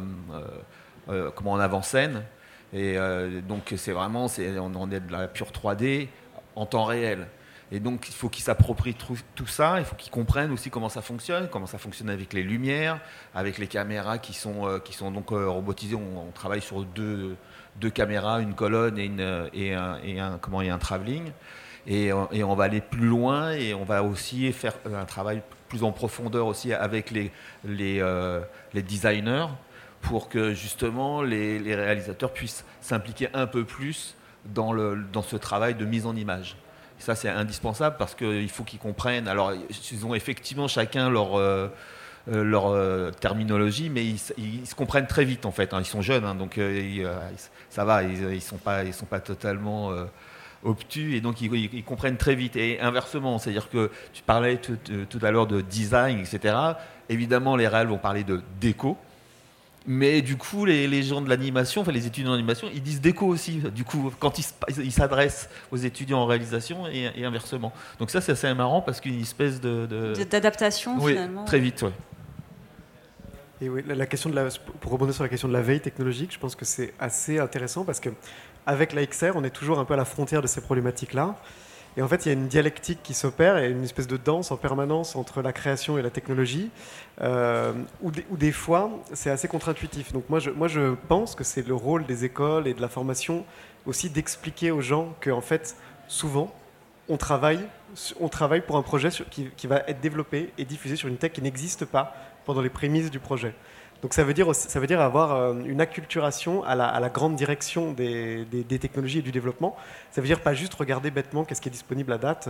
en avant-scène. Et donc, c'est vraiment, on est de la pure 3D en temps réel. Et donc, il faut qu'ils s'approprient tout ça. Il faut qu'ils comprennent aussi comment ça fonctionne avec les lumières, avec les caméras qui sont donc robotisées. On travaille sur deux caméras, une colonne et un travelling. Et on va aller plus loin et on va aussi faire un travail plus en profondeur aussi avec les designers pour que justement les réalisateurs puissent s'impliquer un peu plus dans ce travail de mise en image. Et ça, c'est indispensable parce qu'il faut qu'ils comprennent. Alors, ils ont effectivement chacun leur terminologie, mais ils se comprennent très vite en fait. Ils sont jeunes, donc ça va. Ils sont pas totalement obtus et donc ils comprennent très vite. Et inversement, c'est-à-dire que tu parlais tout à l'heure de design, etc. Évidemment, les réals vont parler de déco. Mais du coup, les gens de l'animation, les étudiants d'animation, ils disent déco aussi, du coup, quand ils s'adressent aux étudiants en réalisation et inversement. Donc ça, c'est assez marrant parce qu'une espèce d'adaptation, finalement. Oui, très vite, ouais. Et oui, pour rebondir sur la question de la veille technologique, je pense que c'est assez intéressant parce qu'avec la XR, on est toujours un peu à la frontière de ces problématiques-là. Et en fait, il y a une dialectique qui s'opère et une espèce de danse en permanence entre la création et la technologie, où des fois, c'est assez contre-intuitif. Donc moi, je pense que c'est le rôle des écoles et de la formation aussi d'expliquer aux gens qu'en fait, souvent, on travaille pour un projet qui va être développé et diffusé sur une tech qui n'existe pas pendant les prémices du projet. Donc ça veut dire avoir une acculturation à la grande direction des technologies et du développement. Ça veut dire pas juste regarder bêtement qu'est-ce qui est disponible à date.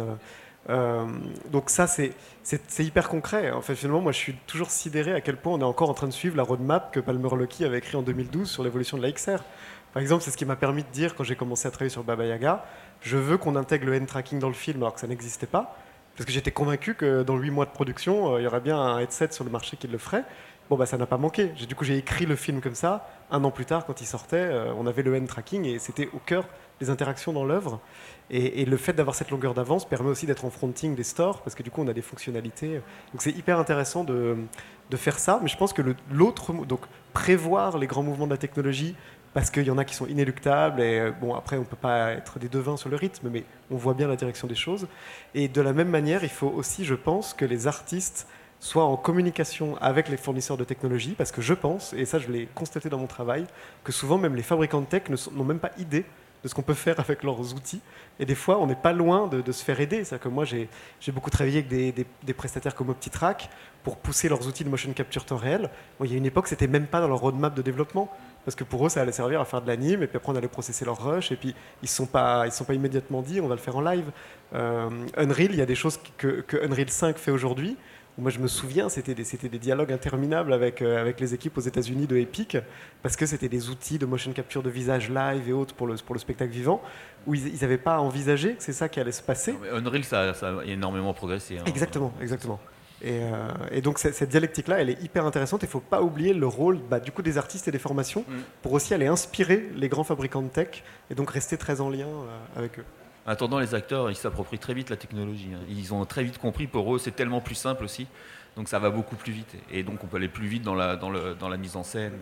Donc ça, c'est hyper concret. En fait, finalement, moi, je suis toujours sidéré à quel point on est encore en train de suivre la roadmap que Palmer Luckey avait écrit en 2012 sur l'évolution de la XR. Par exemple, c'est ce qui m'a permis de dire, quand j'ai commencé à travailler sur Baba Yaga, je veux qu'on intègre le hand tracking dans le film alors que ça n'existait pas, parce que j'étais convaincu que dans 8 mois de production, il y aurait bien un headset sur le marché qui le ferait. Bon, bah, ça n'a pas manqué. Du coup, j'ai écrit le film comme ça. 1 an plus tard, quand il sortait, on avait le hand tracking et c'était au cœur des interactions dans l'œuvre. Et le fait d'avoir cette longueur d'avance permet aussi d'être en fronting des stores, parce que du coup, on a des fonctionnalités. Donc, c'est hyper intéressant de faire ça. Mais je pense que donc prévoir les grands mouvements de la technologie, parce qu'il y en a qui sont inéluctables. Et bon, après, on ne peut pas être des devins sur le rythme, mais on voit bien la direction des choses. Et de la même manière, il faut aussi, je pense, que les artistes soit en communication avec les fournisseurs de technologie, parce que je pense, et ça je l'ai constaté dans mon travail, que souvent même les fabricants de tech n'ont même pas idée de ce qu'on peut faire avec leurs outils. Et des fois, on n'est pas loin de se faire aider. C'est-à-dire que moi, j'ai beaucoup travaillé avec des prestataires comme OptiTrack pour pousser leurs outils de motion capture temps réel. Bon, il y a une époque, c'était même pas dans leur roadmap de développement, parce que pour eux, ça allait servir à faire de l'anime, et puis après, on allait processer leur rush, et puis ils ne sont pas immédiatement dit, on va le faire en live. Unreal, il y a des choses que Unreal 5 fait aujourd'hui. Moi, je me souviens, c'était des dialogues interminables avec les équipes aux États-Unis de Epic, parce que c'était des outils de motion capture de visage live et autres pour le spectacle vivant, où ils n'avaient pas envisagé que c'est ça qui allait se passer. Unreal, ça a énormément progressé. Hein. Exactement. Et donc cette dialectique-là, elle est hyper intéressante. Il ne faut pas oublier le rôle du coup des artistes et des formations pour aussi aller inspirer les grands fabricants de tech et donc rester très en lien avec eux. En attendant, les acteurs, ils s'approprient très vite la technologie. Ils ont très vite compris, pour eux, c'est tellement plus simple aussi. Donc ça va beaucoup plus vite. Et donc on peut aller plus vite dans la mise en scène.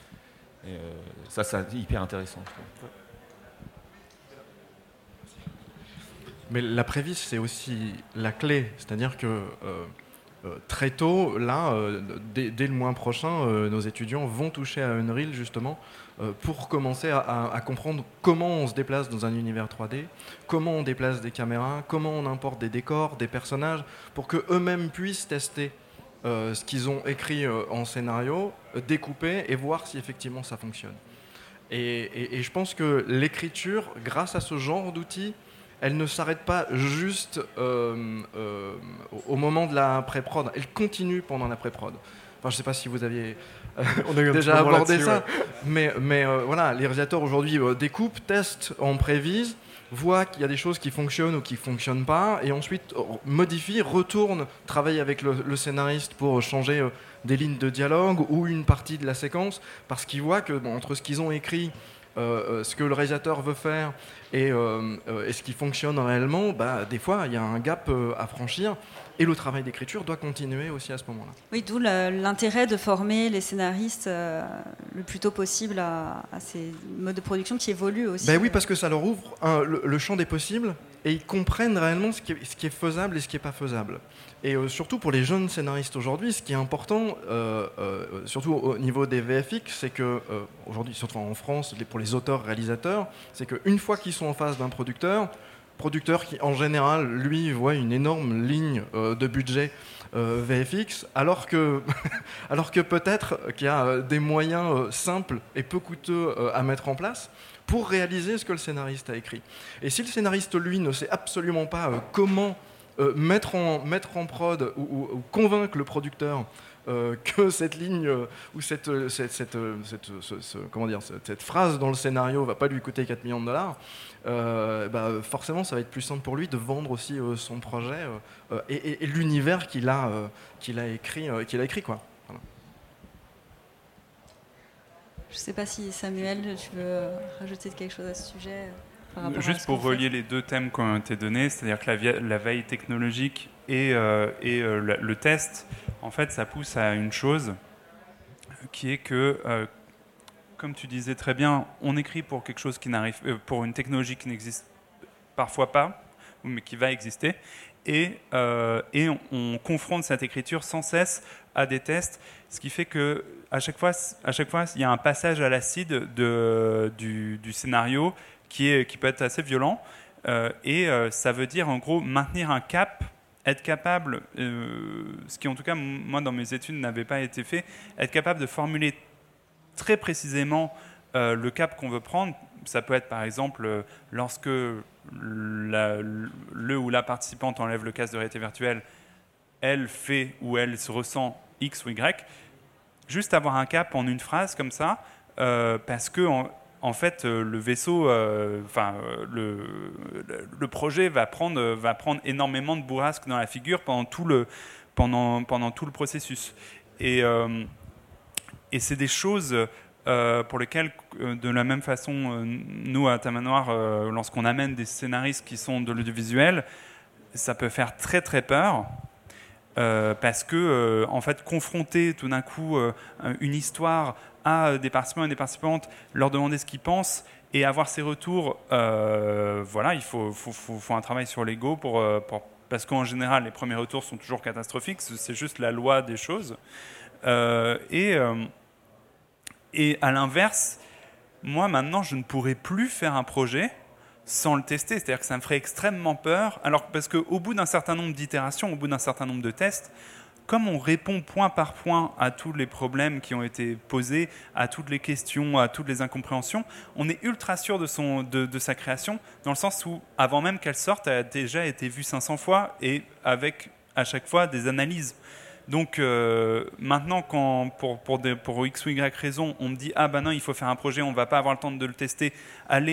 Ça, c'est hyper intéressant. Mais la prévis, c'est aussi la clé. C'est-à-dire que très tôt, là, dès le mois prochain, nos étudiants vont toucher à Unreal, justement, pour commencer à comprendre comment on se déplace dans un univers 3D, comment on déplace des caméras, comment on importe des décors, des personnages, pour qu'eux-mêmes puissent tester ce qu'ils ont écrit en scénario, découper et voir si effectivement ça fonctionne. Et je pense que l'écriture, grâce à ce genre d'outils, elle ne s'arrête pas juste au moment de la pré-prod, elle continue pendant la pré-prod. Enfin, je ne sais pas si vous aviez on a eu déjà abordé ça, ouais. mais voilà, les réalisateurs aujourd'hui découpent, testent en prévise, voient qu'il y a des choses qui fonctionnent ou qui ne fonctionnent pas, et ensuite modifient, retournent travailler avec le scénariste pour changer des lignes de dialogue ou une partie de la séquence, parce qu'ils voient que entre ce qu'ils ont écrit, ce que le réalisateur veut faire et ce qui fonctionne réellement, des fois il y a un gap à franchir et le travail d'écriture doit continuer aussi à ce moment-là. Oui, d'où l'intérêt de former les scénaristes le plus tôt possible à ces modes de production qui évoluent aussi. Oui, parce que ça leur ouvre le champ des possibles et ils comprennent réellement ce qui est faisable et ce qui n'est pas faisable. Et surtout pour les jeunes scénaristes aujourd'hui, ce qui est important, surtout au niveau des VFX, c'est que aujourd'hui, surtout en France, pour les auteurs-réalisateurs, c'est qu'une fois qu'ils sont en face d'un producteur qui en général, lui, voit une énorme ligne de budget VFX, alors que peut-être qu'il y a des moyens simples et peu coûteux à mettre en place pour réaliser ce que le scénariste a écrit. Et si le scénariste, lui, ne sait absolument pas comment mettre en prod ou convaincre le producteur que cette ligne ou cette phrase dans le scénario va pas lui coûter 4 millions de dollars, forcément ça va être plus simple pour lui de vendre aussi son projet et l'univers qu'il a écrit quoi. Voilà. Je sais pas si Samuel, tu veux rajouter quelque chose à ce sujet. Juste pour relier les deux thèmes qui ont été donnés, c'est-à-dire que la veille technologique et le test, en fait, ça pousse à une chose qui est que, comme tu disais très bien, on écrit pour quelque chose qui n'arrive, pour une technologie qui n'existe parfois pas, mais qui va exister, et on confronte cette écriture sans cesse à des tests, ce qui fait que à chaque fois, il y a un passage à l'acide du scénario qui peut être assez violent, Et ça veut dire en gros maintenir un cap, être capable, ce qui en tout cas moi dans mes études n'avait pas été fait, être capable de formuler très précisément le cap qu'on veut prendre. Ça peut être par exemple lorsque le ou la participante enlève le casque de réalité virtuelle, elle fait ou elle se ressent X ou Y. Juste avoir un cap en une phrase comme ça, parce que en fait, le vaisseau, le projet va prendre énormément de bourrasques dans la figure pendant tout le processus. Et c'est des choses pour lesquelles, de la même façon, nous, à Tamanoir, lorsqu'on amène des scénaristes qui sont de l'audiovisuel, ça peut faire très très peur. Parce que, en fait, confronter tout d'un coup une histoire à des participants et des participantes, leur demander ce qu'ils pensent et avoir ces retours, il faut un travail sur l'ego parce qu'en général, les premiers retours sont toujours catastrophiques, c'est juste la loi des choses. Et à l'inverse, moi, maintenant, je ne pourrais plus faire un projet sans le tester, c'est-à-dire que ça me ferait extrêmement peur, parce qu'au bout d'un certain nombre d'itérations, au bout d'un certain nombre de tests, comme on répond point par point à tous les problèmes qui ont été posés, à toutes les questions, à toutes les incompréhensions, on est ultra sûr de sa création, dans le sens où, avant même qu'elle sorte, elle a déjà été vue 500 fois, et avec, à chaque fois, des analyses. Donc maintenant, quand pour X ou Y raison, on me dit « Ah ben non, il faut faire un projet, on ne va pas avoir le temps de le tester, allons-y »,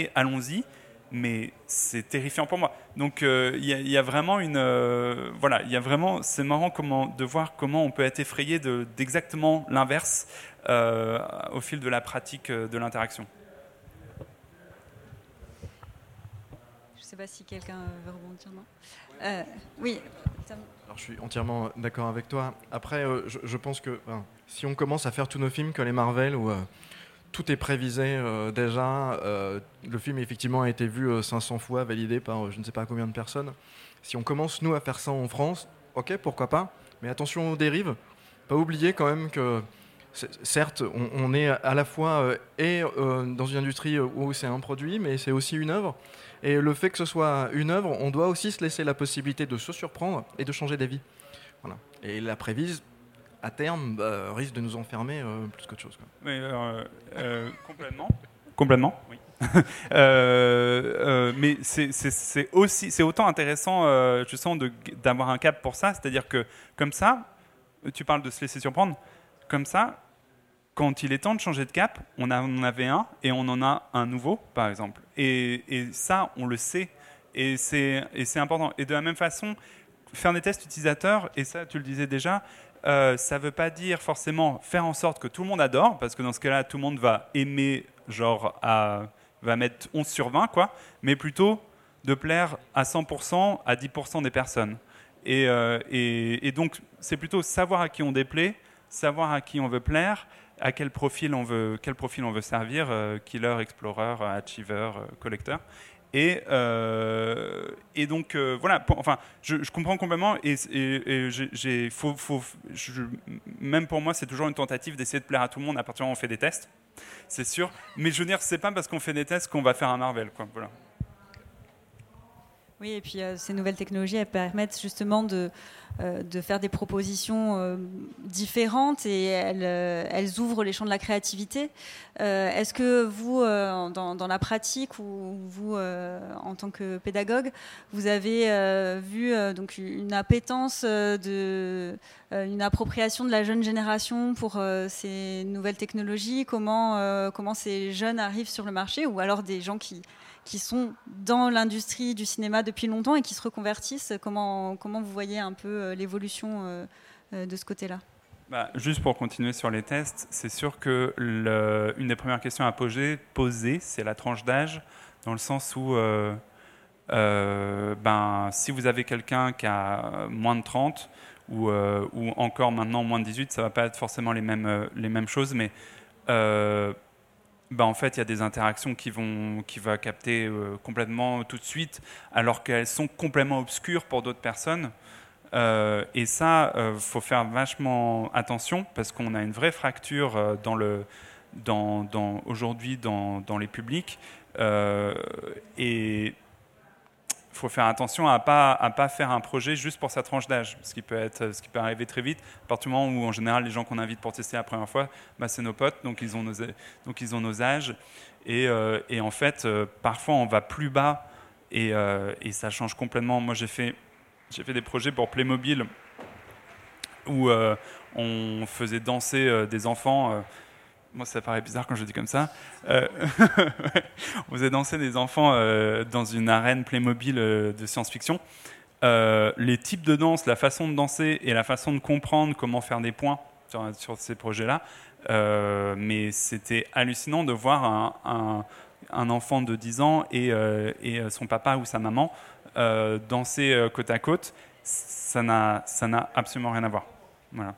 mais c'est terrifiant pour moi. Donc il y a vraiment c'est marrant de voir comment on peut être effrayé d'exactement l'inverse au fil de la pratique de l'interaction. Je ne sais pas si quelqu'un veut rebondir, non ? Oui. Alors, je suis entièrement d'accord avec toi. Après, je pense que si on commence à faire tous nos films comme les Marvel où tout est prévisé déjà. Le film, effectivement, a été vu 500 fois, validé par je ne sais pas combien de personnes. Si on commence, nous, à faire ça en France, ok, pourquoi pas. Mais attention aux dérives. Pas oublier quand même que, certes, on est à la fois dans une industrie où c'est un produit, mais c'est aussi une œuvre. Et le fait que ce soit une œuvre, on doit aussi se laisser la possibilité de se surprendre et de changer d'avis. Voilà. Et la prévise, à terme, risque de nous enfermer plus qu'autre chose. Oui, complètement, oui. Mais c'est autant intéressant, je sens, d'avoir un cap pour ça. C'est-à-dire que, comme ça, tu parles de se laisser surprendre, comme ça, quand il est temps de changer de cap, on en avait un et on en a un nouveau, par exemple. Et ça, on le sait. Et c'est important. Et de la même façon, faire des tests utilisateurs, et ça, tu le disais déjà, ça ne veut pas dire forcément faire en sorte que tout le monde adore, parce que dans ce cas-là, tout le monde va aimer, va mettre 11 sur 20, quoi, mais plutôt de plaire à 100%, à 10% des personnes. Et donc, c'est plutôt savoir à qui on déplaît, savoir à qui on veut plaire, à quel profil on veut servir, killer, explorer, achiever, collector. Et donc voilà. Je comprends complètement. Même pour moi, c'est toujours une tentative d'essayer de plaire à tout le monde à partir du moment où on fait des tests. C'est sûr. Mais je veux dire, c'est pas parce qu'on fait des tests qu'on va faire un Marvel, quoi. Voilà. Oui, et puis ces nouvelles technologies, elles permettent justement de faire des propositions différentes et elles ouvrent les champs de la créativité. Est-ce que vous, dans la pratique ou vous, en tant que pédagogue, vous avez vu donc une appétence, une appropriation de la jeune génération pour ces nouvelles technologies ? Comment ces jeunes arrivent sur le marché, ou alors des gens qui sont dans l'industrie du cinéma depuis longtemps et qui se reconvertissent? Comment vous voyez un peu l'évolution de ce côté-là? Juste pour continuer sur les tests, c'est sûr que une des premières questions à poser, c'est la tranche d'âge, dans le sens où si vous avez quelqu'un qui a moins de 30 ou encore maintenant moins de 18, ça ne va pas être forcément les mêmes choses, mais en fait, il y a des interactions qui va capter complètement tout de suite, alors qu'elles sont complètement obscures pour d'autres personnes. Et ça, faut faire vachement attention, parce qu'on a une vraie fracture aujourd'hui dans les publics. Et faut faire attention à pas faire un projet juste pour sa tranche d'âge, ce qui peut arriver très vite. À partir du moment où, en général, les gens qu'on invite pour tester la première fois, c'est nos potes, donc ils ont nos âges. Et en fait, parfois, on va plus bas et ça change complètement. Moi, j'ai fait des projets pour Playmobil où on faisait danser des enfants. Moi, ça paraît bizarre quand je dis comme ça. On faisait danser des enfants dans une arène Playmobil de science-fiction. Les types de danse, la façon de danser et la façon de comprendre comment faire des points sur ces projets-là. Mais c'était hallucinant de voir un enfant de 10 ans et son papa ou sa maman danser côte à côte. Ça n'a absolument rien à voir. Voilà.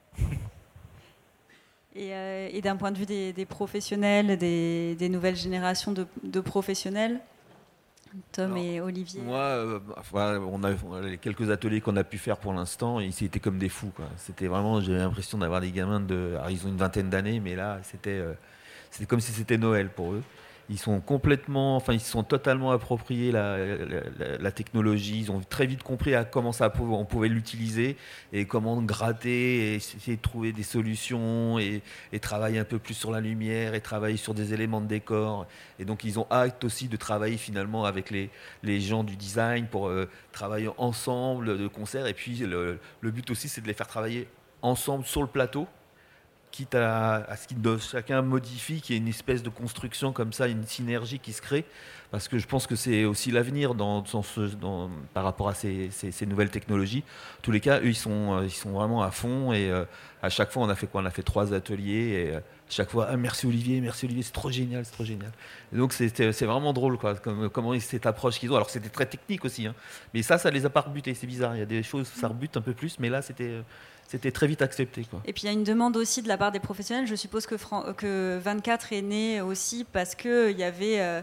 Et d'un point de vue des professionnels, des nouvelles générations de professionnels, Tom et Olivier. Moi, on a les quelques ateliers qu'on a pu faire pour l'instant, ils étaient comme des fous, quoi. C'était vraiment, j'ai l'impression d'avoir des gamins alors ils ont une vingtaine d'années, mais là, c'était comme si c'était Noël pour eux. Ils sont totalement appropriés la technologie. Ils ont très vite compris à comment on pouvait l'utiliser et comment gratter et essayer de trouver des solutions et travailler un peu plus sur la lumière et travailler sur des éléments de décor. Et donc ils ont hâte aussi de travailler finalement avec les gens du design pour travailler ensemble de concert. Et puis le but aussi, c'est de les faire travailler ensemble sur le plateau, quitte à ce qu'ils chacun modifie, qu'il y ait une espèce de construction comme ça, une synergie qui se crée, parce que je pense que c'est aussi l'avenir par rapport à ces nouvelles technologies. En tous les cas, eux, ils sont vraiment à fond, et à chaque fois, on a fait 3 ateliers, et à chaque fois, merci Olivier, c'est trop génial. Et donc c'est vraiment drôle, quoi, comment cette approche qu'ils ont. Alors c'était très technique aussi, hein, mais ça les a pas rebutés, c'est bizarre, il y a des choses, ça rebute un peu plus, mais là c'était très vite accepté, quoi. Et puis il y a une demande aussi de la part des professionnels. Je suppose que 24 est né aussi parce qu'il y avait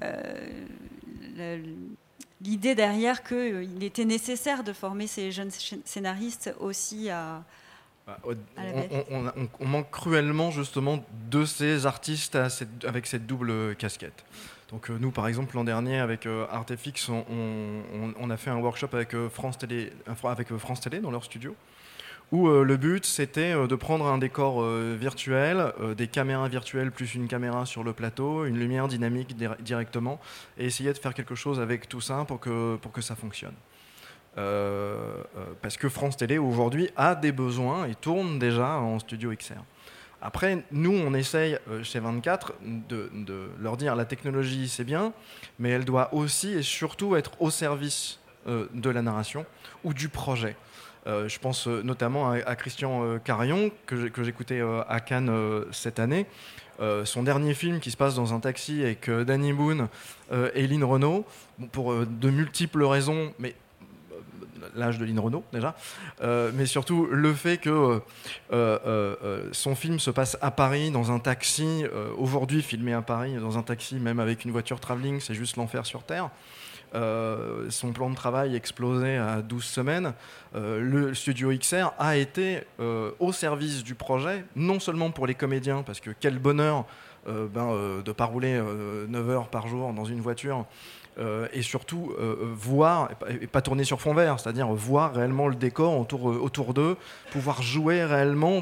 l'idée derrière qu'il était nécessaire de former ces jeunes scénaristes aussi à on manque cruellement justement de ces artistes avec cette double casquette. Donc nous, par exemple, l'an dernier, avec Artefix, on a fait un workshop avec France Télé dans leur studio, où le but, c'était de prendre un décor virtuel, des caméras virtuelles plus une caméra sur le plateau, une lumière dynamique directement, et essayer de faire quelque chose avec tout ça pour que ça fonctionne. Parce que France Télé, aujourd'hui, a des besoins et tourne déjà en studio XR. Après, nous, on essaye chez 24 de leur dire la technologie, c'est bien, mais elle doit aussi et surtout être au service de la narration ou du projet. Je pense notamment à Christian Carion, que j'écoutais à Cannes cette année. Son dernier film qui se passe dans un taxi avec Danny Boone et Lynn Renault, pour de multiples raisons, mais l'âge de Lynn Renault déjà, mais surtout le fait que son film se passe à Paris dans un taxi, aujourd'hui filmé à Paris dans un taxi, même avec une voiture travelling, c'est juste l'enfer sur Terre. Son plan de travail explosé à 12 semaines. Le studio XR a été au service du projet, non seulement pour les comédiens, parce que quel bonheur de ne pas rouler 9 heures par jour dans une voiture, et surtout voir, et pas tourner sur fond vert, c'est-à-dire voir réellement le décor autour d'eux, pouvoir jouer réellement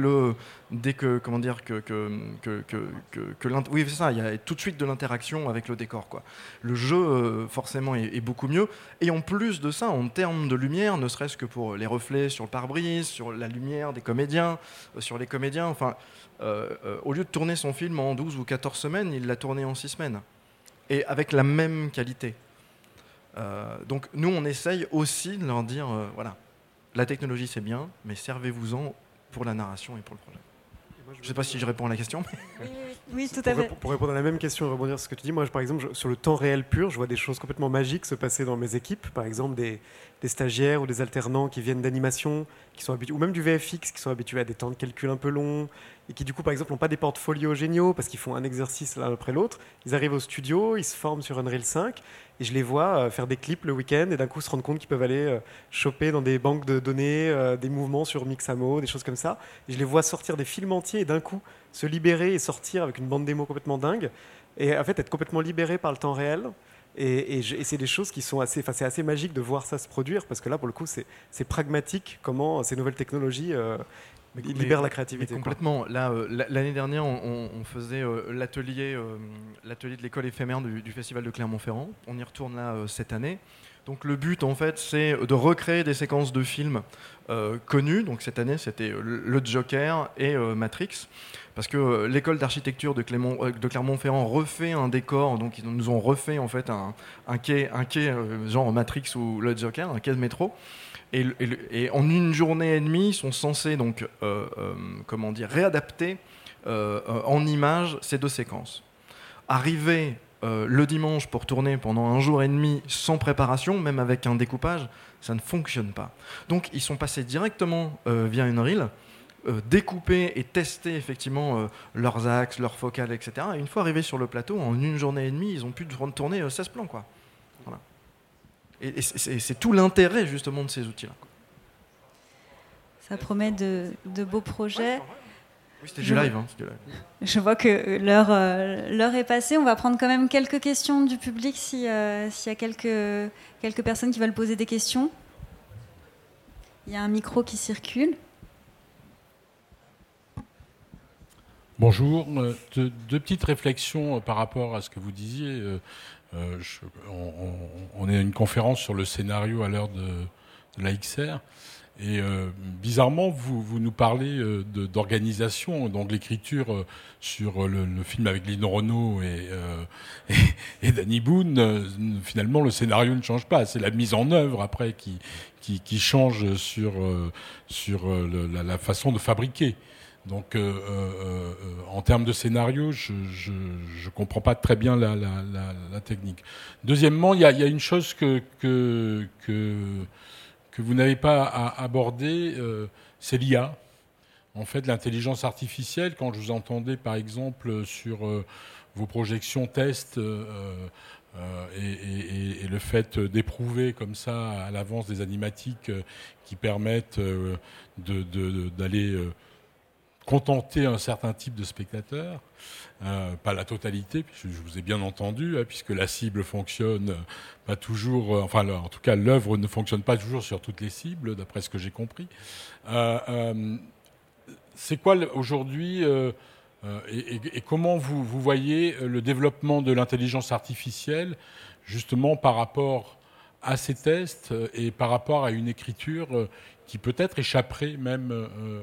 oui, c'est ça, il y a tout de suite de l'interaction avec le décor, quoi. Le jeu forcément est beaucoup mieux, et en plus de ça, en termes de lumière, ne serait-ce que pour les reflets sur le pare-brise, sur la lumière des comédiens, sur les comédiens, enfin au lieu de tourner son film en 12 ou 14 semaines, il l'a tourné en 6 semaines, et avec la même qualité. Donc nous, on essaye aussi de leur dire, voilà, la technologie c'est bien, mais servez-vous-en pour la narration et pour le projet. Je ne sais pas si je réponds à la question. Oui, tout à fait. Pour répondre à la même question et rebondir sur ce que tu dis, moi, par exemple, sur le temps réel pur, je vois des choses complètement magiques se passer dans mes équipes. Par exemple, des stagiaires ou des alternants qui viennent d'animation, qui sont habitués, ou même du VFX, qui sont habitués à des temps de calcul un peu longs, et qui, du coup, par exemple, n'ont pas des portfolios géniaux parce qu'ils font un exercice l'un après l'autre. Ils arrivent au studio, ils se forment sur Unreal 5, et je les vois faire des clips le week-end, et d'un coup se rendre compte qu'ils peuvent aller choper dans des banques de données des mouvements sur Mixamo, des choses comme ça. Et je les vois sortir des films entiers et d'un coup se libérer et sortir avec une bande démo complètement dingue, et en fait être complètement libéré par le temps réel. Et c'est des choses qui sont c'est assez magique de voir ça se produire, parce que là, pour le coup, c'est pragmatique comment ces nouvelles technologies libèrent la créativité. Complètement. Là, l'année dernière, on faisait l'atelier de l'école éphémère du Festival de Clermont-Ferrand. On y retourne là cette année. Donc le but, en fait, c'est de recréer des séquences de films connus. Donc cette année, c'était le Joker et Matrix. Parce que l'école d'architecture de Clermont-Ferrand refait un décor. Donc ils nous ont refait en fait un quai genre Matrix ou le Joker, un quai de métro. Et en une journée et demie, ils sont censés donc, réadapter en images ces deux séquences. Arriver le dimanche pour tourner pendant un jour et demi sans préparation, même avec un découpage, ça ne fonctionne pas. Donc ils sont passés directement via une reel, découper et tester effectivement leurs axes, leurs focales, etc. Et une fois arrivés sur le plateau, en une journée et demie, ils ont pu tourner 16 plans, quoi. Voilà. Et c'est tout l'intérêt justement de ces outils-là. Ça promet de beaux projets. Oui, c'était du live. Je vois que l'heure est passée. On va prendre quand même quelques questions du public s'il y a quelques personnes qui veulent poser des questions. Il y a un micro qui circule. Bonjour. Deux petites réflexions par rapport à ce que vous disiez. On est à une conférence sur le scénario à l'heure de la XR. Et bizarrement, vous nous parlez d'organisation, donc l'écriture sur le film avec Lynn Renault et Danny Boone. Finalement, le scénario ne change pas, c'est la mise en œuvre après qui change sur la façon de fabriquer. Donc, en termes de scénario, je comprends pas très bien la technique. Deuxièmement, il y a une chose que vous n'avez pas abordé, c'est l'IA. En fait, l'intelligence artificielle, quand je vous entendais par exemple sur vos projections tests et le fait d'éprouver comme ça à l'avance des animatiques qui permettent d'aller contenter un certain type de spectateurs, pas la totalité, puisque je vous ai bien entendu, puisque la cible fonctionne pas toujours, en tout cas l'œuvre ne fonctionne pas toujours sur toutes les cibles, d'après ce que j'ai compris. C'est quoi aujourd'hui et comment vous voyez le développement de l'intelligence artificielle justement par rapport à ces tests et par rapport à une écriture qui peut-être échapperait même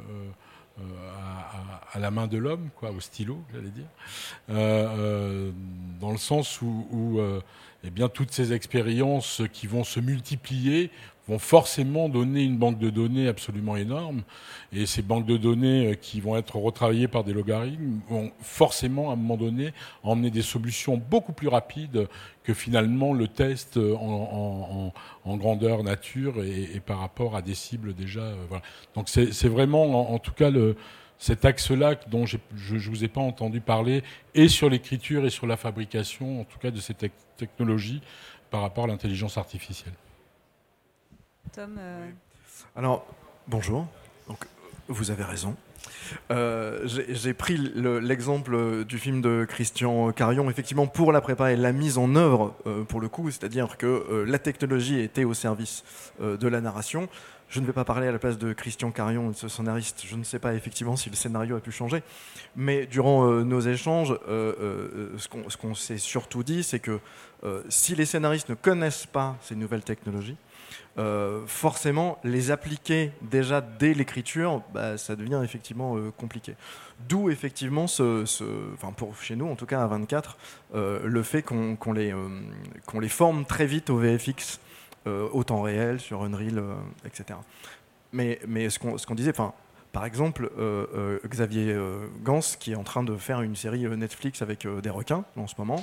à la main de l'homme, quoi, au stylo, j'allais dire, dans le sens où eh bien, toutes ces expériences qui vont se multiplier vont forcément donner une banque de données absolument énorme, et ces banques de données qui vont être retravaillées par des logarithmes vont forcément, à un moment donné, emmener des solutions beaucoup plus rapides que finalement le test en grandeur nature et par rapport à des cibles déjà. Voilà. Donc c'est vraiment, en tout cas, cet axe-là dont je ne vous ai pas entendu parler, et sur l'écriture et sur la fabrication, en tout cas, de ces technologies par rapport à l'intelligence artificielle. Tom, Alors, bonjour. Donc, vous avez raison. J'ai pris l'exemple du film de Christian Carion, effectivement, pour la prépa et la mise en œuvre, pour le coup, c'est-à-dire que la technologie était au service de la narration. Je ne vais pas parler à la place de Christian Carion, de ce scénariste. Je ne sais pas effectivement si le scénario a pu changer. Mais durant nos échanges, ce qu'on s'est surtout dit, c'est que si les scénaristes ne connaissent pas ces nouvelles technologies, forcément, les appliquer déjà dès l'écriture, ça devient effectivement compliqué. D'où effectivement, pour chez nous, en tout cas à 24, le fait qu'on les forme très vite au VFX, au temps réel, sur Unreal, etc. Mais ce qu'on disait, par exemple, Xavier Gans, qui est en train de faire une série Netflix avec des requins en ce moment,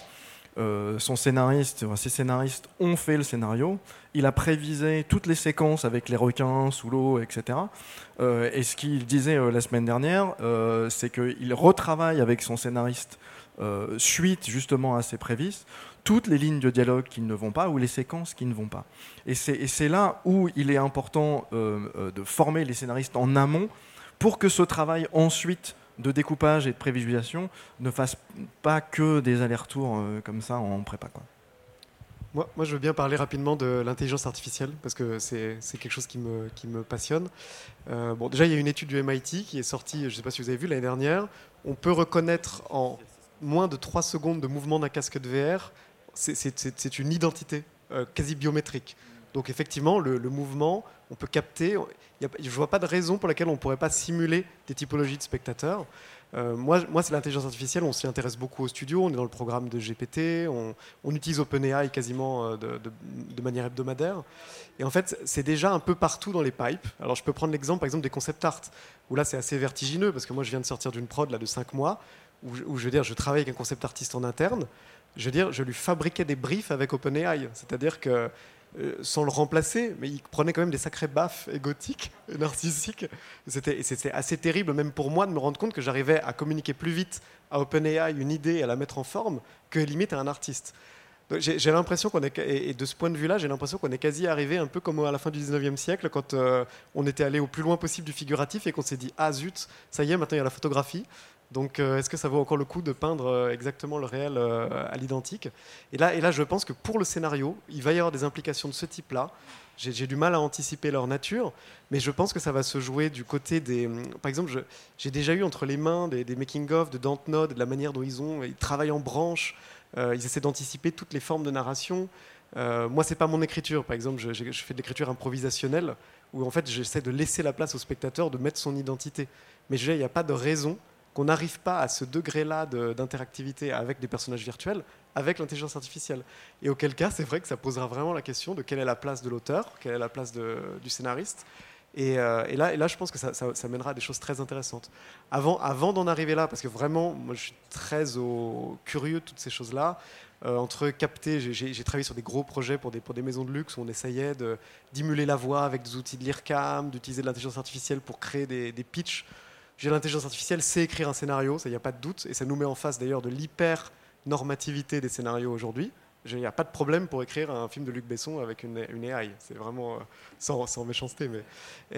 ses scénaristes ont fait le scénario, il a prévisé toutes les séquences avec les requins sous l'eau, etc. Et ce qu'il disait la semaine dernière, c'est qu'il retravaille avec son scénariste suite justement à ses prévises, toutes les lignes de dialogue qui ne vont pas ou les séquences qui ne vont pas. Et c'est là où il est important de former les scénaristes en amont pour que ce travail ensuite de découpage et de prévisualisation ne fasse pas que des allers-retours comme ça en prépa, quoi. Moi, je veux bien parler rapidement de l'intelligence artificielle, parce que c'est quelque chose qui me passionne. Bon, déjà, il y a une étude du MIT qui est sortie, je ne sais pas si vous avez vu, l'année dernière. On peut reconnaître en moins de 3 secondes de mouvement d'un casque de VR, c'est une identité quasi biométrique. Donc effectivement, le mouvement, on peut capter. Je ne vois pas de raison pour laquelle on ne pourrait pas simuler des typologies de spectateurs. Moi, c'est l'intelligence artificielle, on s'y intéresse beaucoup au studio, on est dans le programme de GPT, on utilise OpenAI quasiment de manière hebdomadaire. Et en fait, c'est déjà un peu partout dans les pipes. Alors je peux prendre l'exemple par exemple des concept art, où là c'est assez vertigineux, parce que moi je viens de sortir d'une prod là, de 5 mois, où je veux dire, je travaille avec un concept artiste en interne, je veux dire, je lui fabriquais des briefs avec OpenAI, c'est-à-dire que sans le remplacer, mais il prenait quand même des sacrés baffes égotiques et narcissiques. C'était assez terrible, même pour moi, de me rendre compte que j'arrivais à communiquer plus vite à OpenAI une idée et à la mettre en forme que limite à un artiste. Donc, j'ai l'impression qu'on est, et de ce point de vue-là, j'ai l'impression qu'on est quasi arrivé un peu comme à la fin du 19e siècle, quand on était allé au plus loin possible du figuratif et qu'on s'est dit « Ah zut, ça y est, maintenant il y a la photographie ». Donc, est-ce que ça vaut encore le coup de peindre exactement le réel à l'identique ? Et là, je pense que pour le scénario, il va y avoir des implications de ce type-là. J'ai du mal à anticiper leur nature, mais je pense que ça va se jouer du côté des... Par exemple, j'ai déjà eu entre les mains des making-of de Dontnod, de la manière dont ils travaillent en branche, ils essaient d'anticiper toutes les formes de narration. Moi, c'est pas mon écriture. Par exemple, je fais de l'écriture improvisationnelle, où en fait, j'essaie de laisser la place au spectateur de mettre son identité. Mais il n'y a pas de raison qu'on n'arrive pas à ce degré-là d'interactivité avec des personnages virtuels, avec l'intelligence artificielle. Et auquel cas, c'est vrai que ça posera vraiment la question de quelle est la place de l'auteur, quelle est la place du scénariste. Et là, je pense que ça mènera à des choses très intéressantes. Avant d'en arriver là, parce que vraiment, moi, je suis très curieux de toutes ces choses-là, entre capter, j'ai travaillé sur des gros projets pour des maisons de luxe où on essayait d'émuler la voix avec des outils de l'IRCAM, d'utiliser de l'intelligence artificielle pour créer des pitchs. L'intelligence artificielle sait écrire un scénario, ça, il n'y a pas de doute, et ça nous met en face d'ailleurs de l'hyper-normativité des scénarios aujourd'hui. Il n'y a pas de problème pour écrire un film de Luc Besson avec une AI. C'est vraiment sans méchanceté, mais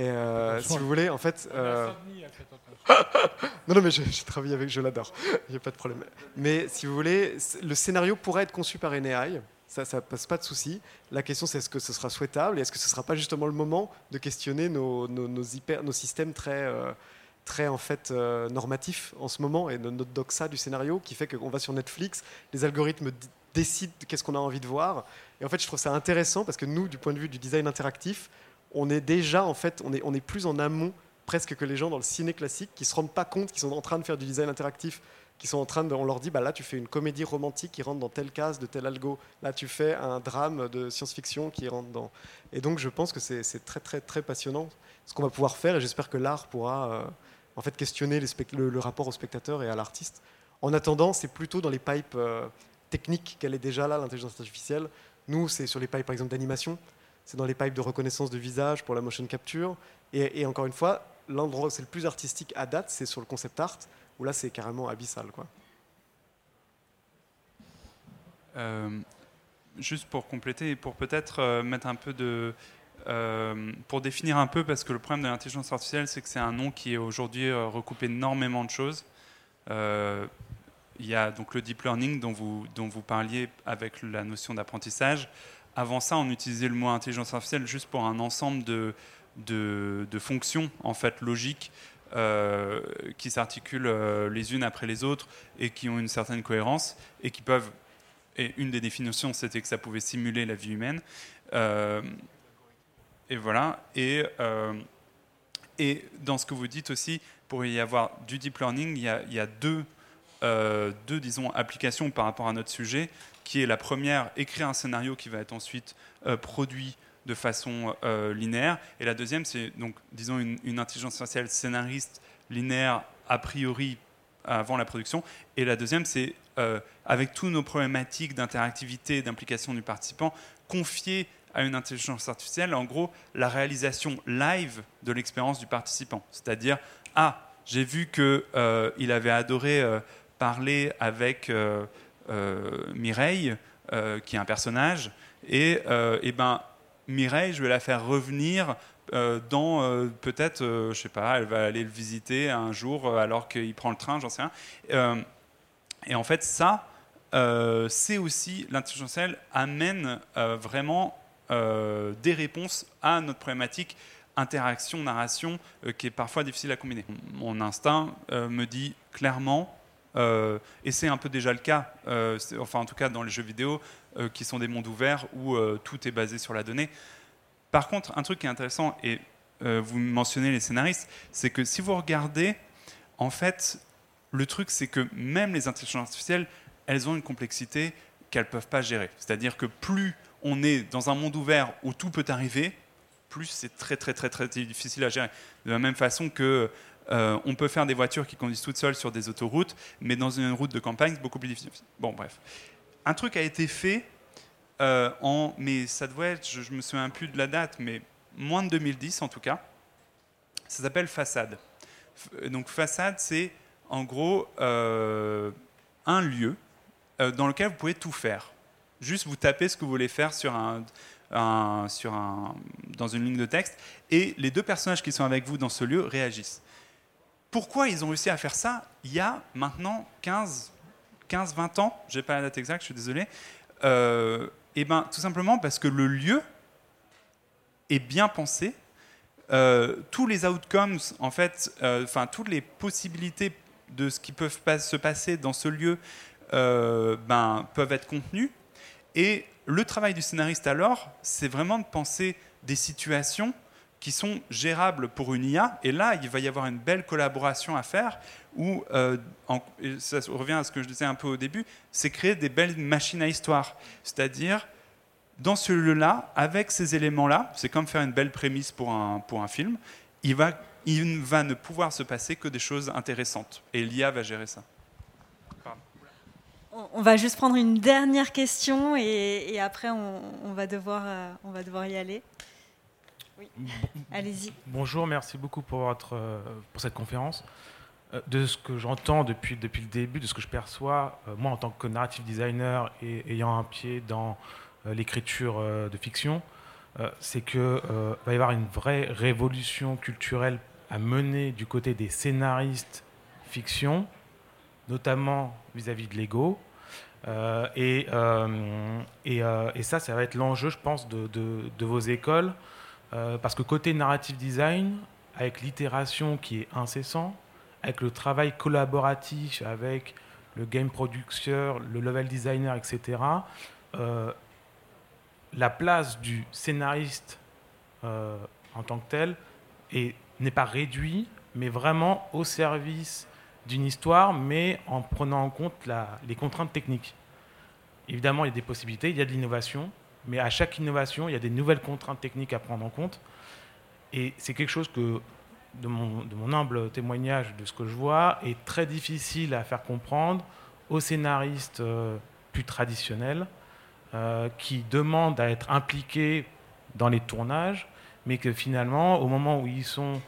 si vous voulez, en fait. Non, mais j'ai travaillé avec, je l'adore. Il n'y a pas de problème. Mais si vous voulez, le scénario pourrait être conçu par une AI. Ça passe pas de souci. La question, c'est est-ce que ce sera souhaitable et est-ce que ce ne sera pas justement le moment de questionner nos systèmes très en fait normatif en ce moment et notre doxa du scénario qui fait qu'on va sur Netflix, les algorithmes décident qu'est-ce qu'on a envie de voir. Et en fait, je trouve ça intéressant parce que nous, du point de vue du design interactif, on est déjà en fait, on est plus en amont presque que les gens dans le ciné classique qui se rendent pas compte qu'ils sont en train de faire du design interactif, on leur dit, bah là, tu fais une comédie romantique qui rentre dans telle case de tel algo. Là, tu fais un drame de science-fiction qui rentre dans. Et donc, je pense que c'est très, très, très passionnant ce qu'on va pouvoir faire et j'espère que l'art pourra en fait questionner le rapport au spectateur et à l'artiste. En attendant, c'est plutôt dans les pipes techniques qu'elle est déjà là, l'intelligence artificielle. Nous, c'est sur les pipes, par exemple, d'animation. C'est dans les pipes de reconnaissance de visage pour la motion capture. Et encore une fois, l'endroit où c'est le plus artistique à date, c'est sur le concept art, où là, c'est carrément abyssal, quoi. Juste pour compléter et pour peut-être mettre un peu de... pour définir un peu, parce que le problème de l'intelligence artificielle, c'est que c'est un nom qui est aujourd'hui recoupé énormément de choses. Il y a donc le deep learning dont vous parliez avec la notion d'apprentissage. Avant ça, on utilisait le mot intelligence artificielle juste pour un ensemble de fonctions en fait logiques qui s'articulent les unes après les autres et qui ont une certaine cohérence et qui peuvent. Et une des définitions, c'était que ça pouvait simuler la vie humaine. Et voilà. Et dans ce que vous dites aussi, pour y avoir du deep learning, il y a deux disons, applications par rapport à notre sujet, qui est la première, écrire un scénario qui va être ensuite produit de façon linéaire. Et la deuxième, c'est donc, disons, une intelligence artificielle scénariste linéaire a priori avant la production. Et la deuxième, c'est avec toutes nos problématiques d'interactivité, d'implication du participant, confier à une intelligence artificielle, en gros, la réalisation live de l'expérience du participant. C'est-à-dire, j'ai vu qu'il avait adoré parler avec Mireille, qui est un personnage, et Mireille, je vais la faire revenir dans peut-être, je sais pas, elle va aller le visiter un jour alors qu'il prend le train, j'en sais rien. Et en fait, ça, c'est aussi l'intelligence artificielle amène vraiment des réponses à notre problématique interaction, narration, qui est parfois difficile à combiner. Mon instinct me dit clairement, et c'est un peu déjà le cas, enfin en tout cas dans les jeux vidéo, qui sont des mondes ouverts où tout est basé sur la donnée. Par contre, un truc qui est intéressant, et vous mentionnez les scénaristes, c'est que si vous regardez, en fait, le truc c'est que même les intelligences artificielles, elles ont une complexité qu'elles ne peuvent pas gérer. C'est-à-dire que plus on est dans un monde ouvert où tout peut arriver, plus c'est très difficile à gérer. De la même façon que on peut faire des voitures qui conduisent toutes seules sur des autoroutes, mais dans une route de campagne, c'est beaucoup plus difficile. Bon, bref. Un truc a été fait mais ça doit être, je me souviens plus de la date, mais moins de 2010 en tout cas. Ça s'appelle Façade. Donc Façade, c'est en gros un lieu dans lequel vous pouvez tout faire. Juste vous tapez ce que vous voulez faire dans une ligne de texte, et les deux personnages qui sont avec vous dans ce lieu réagissent. Pourquoi ils ont réussi à faire ça il y a maintenant 15-20 ans, je n'ai pas la date exacte, je suis désolé, et ben, tout simplement parce que le lieu est bien pensé, tous les outcomes, en fait, toutes les possibilités de ce qui peut se passer dans ce lieu peuvent être contenues. Et le travail du scénariste alors, c'est vraiment de penser des situations qui sont gérables pour une IA. Et là, il va y avoir une belle collaboration à faire où, ça revient à ce que je disais un peu au début, c'est créer des belles machines à histoire. C'est-à-dire, dans ce lieu-là, avec ces éléments-là, c'est comme faire une belle prémisse pour un film, il va ne pouvoir se passer que des choses intéressantes. Et l'IA va gérer ça. On va juste prendre une dernière question et après on va devoir y aller. Oui. Allez-y. Bonjour, merci beaucoup pour cette conférence. De ce que j'entends depuis le début, de ce que je perçois, moi en tant que narrative designer et ayant un pied dans l'écriture de fiction, c'est qu'il va y avoir une vraie révolution culturelle à mener du côté des scénaristes fiction, notamment vis-à-vis de l'ego. Et ça va être l'enjeu, je pense, de vos écoles, parce que côté narrative design, avec l'itération qui est incessant, avec le travail collaboratif avec le game producer, le level designer, etc., la place du scénariste en tant que tel n'est pas réduite, mais vraiment au service d'une histoire, mais en prenant en compte les contraintes techniques. Évidemment, il y a des possibilités, il y a de l'innovation, mais à chaque innovation, il y a des nouvelles contraintes techniques à prendre en compte. Et c'est quelque chose que, de mon humble témoignage de ce que je vois, est très difficile à faire comprendre aux scénaristes plus traditionnels, qui demandent à être impliqués dans les tournages, mais que finalement, au moment où ils sont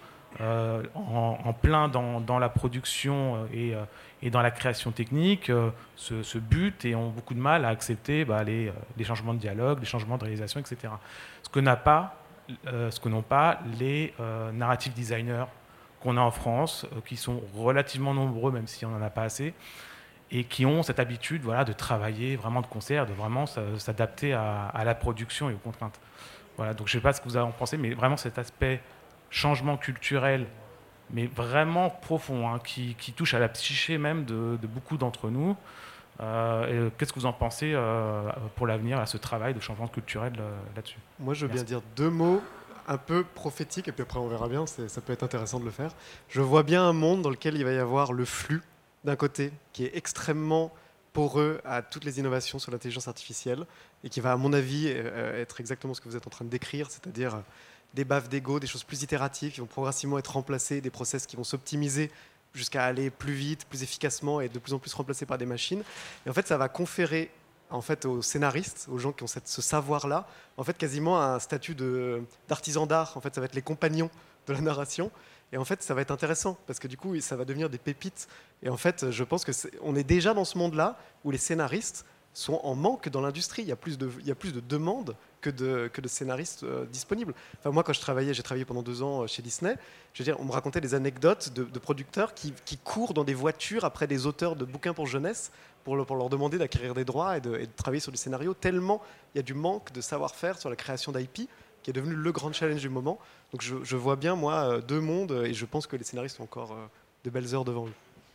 en plein dans la production et dans la création technique, se butent et ont beaucoup de mal à accepter les changements de dialogue, les changements de réalisation, etc. Ce que n'ont pas les narrative designers qu'on a en France, qui sont relativement nombreux, même si on n'en a pas assez, et qui ont cette habitude de travailler vraiment de concert, de vraiment s'adapter à la production et aux contraintes. Voilà, donc je ne sais pas ce que vous en pensez, mais vraiment cet aspect changement culturel, mais vraiment profond, qui touche à la psyché même de beaucoup d'entre nous. Qu'est-ce que vous en pensez pour l'avenir, à ce travail de changement culturel là-dessus ? Moi, je veux bien dire deux mots un peu prophétiques, et puis après on verra bien, ça peut être intéressant de le faire. Je vois bien un monde dans lequel il va y avoir le flux, d'un côté, qui est extrêmement poreux à toutes les innovations sur l'intelligence artificielle, et qui va, à mon avis, être exactement ce que vous êtes en train de décrire, c'est-à-dire des baffes d'ego, des choses plus itératives qui vont progressivement être remplacées, des process qui vont s'optimiser jusqu'à aller plus vite, plus efficacement et de plus en plus remplacés par des machines. Et en fait, ça va conférer aux scénaristes, aux gens qui ont ce savoir-là, en fait, quasiment un statut d'artisan d'art. En fait, ça va être les compagnons de la narration. Et en fait, ça va être intéressant parce que du coup, ça va devenir des pépites. Et en fait, je pense qu'on est déjà dans ce monde-là où les scénaristes sont en manque dans l'industrie. Il y a plus de demandes que de scénaristes disponibles. Enfin, moi, quand j'ai travaillé pendant 2 ans chez Disney. Je veux dire, on me racontait des anecdotes de producteurs qui courent dans des voitures après des auteurs de bouquins pour jeunesse pour leur demander d'acquérir des droits et de travailler sur du scénario, tellement il y a du manque de savoir-faire sur la création d'IP, qui est devenu le grand challenge du moment. Donc je vois bien, moi, 2 mondes, et je pense que les scénaristes ont encore de belles heures devant eux.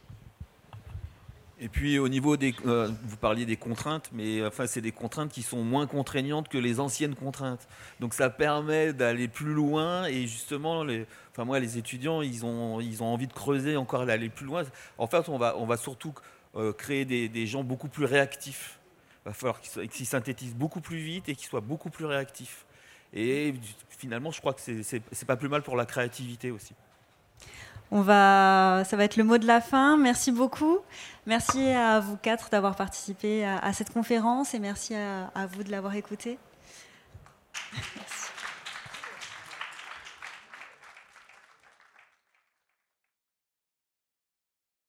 Et puis au niveau des, vous parliez des contraintes, mais enfin c'est des contraintes qui sont moins contraignantes que les anciennes contraintes. Donc ça permet d'aller plus loin et justement, les étudiants, ils ont envie de creuser encore, d'aller plus loin. En fait, on va surtout créer des gens beaucoup plus réactifs. Il va falloir qu'ils synthétisent beaucoup plus vite et qu'ils soient beaucoup plus réactifs. Et finalement, je crois que c'est pas plus mal pour la créativité aussi. Ça va être le mot de la fin. Merci beaucoup. Merci à vous 4 d'avoir participé à cette conférence et merci à vous de l'avoir écoutée. Merci.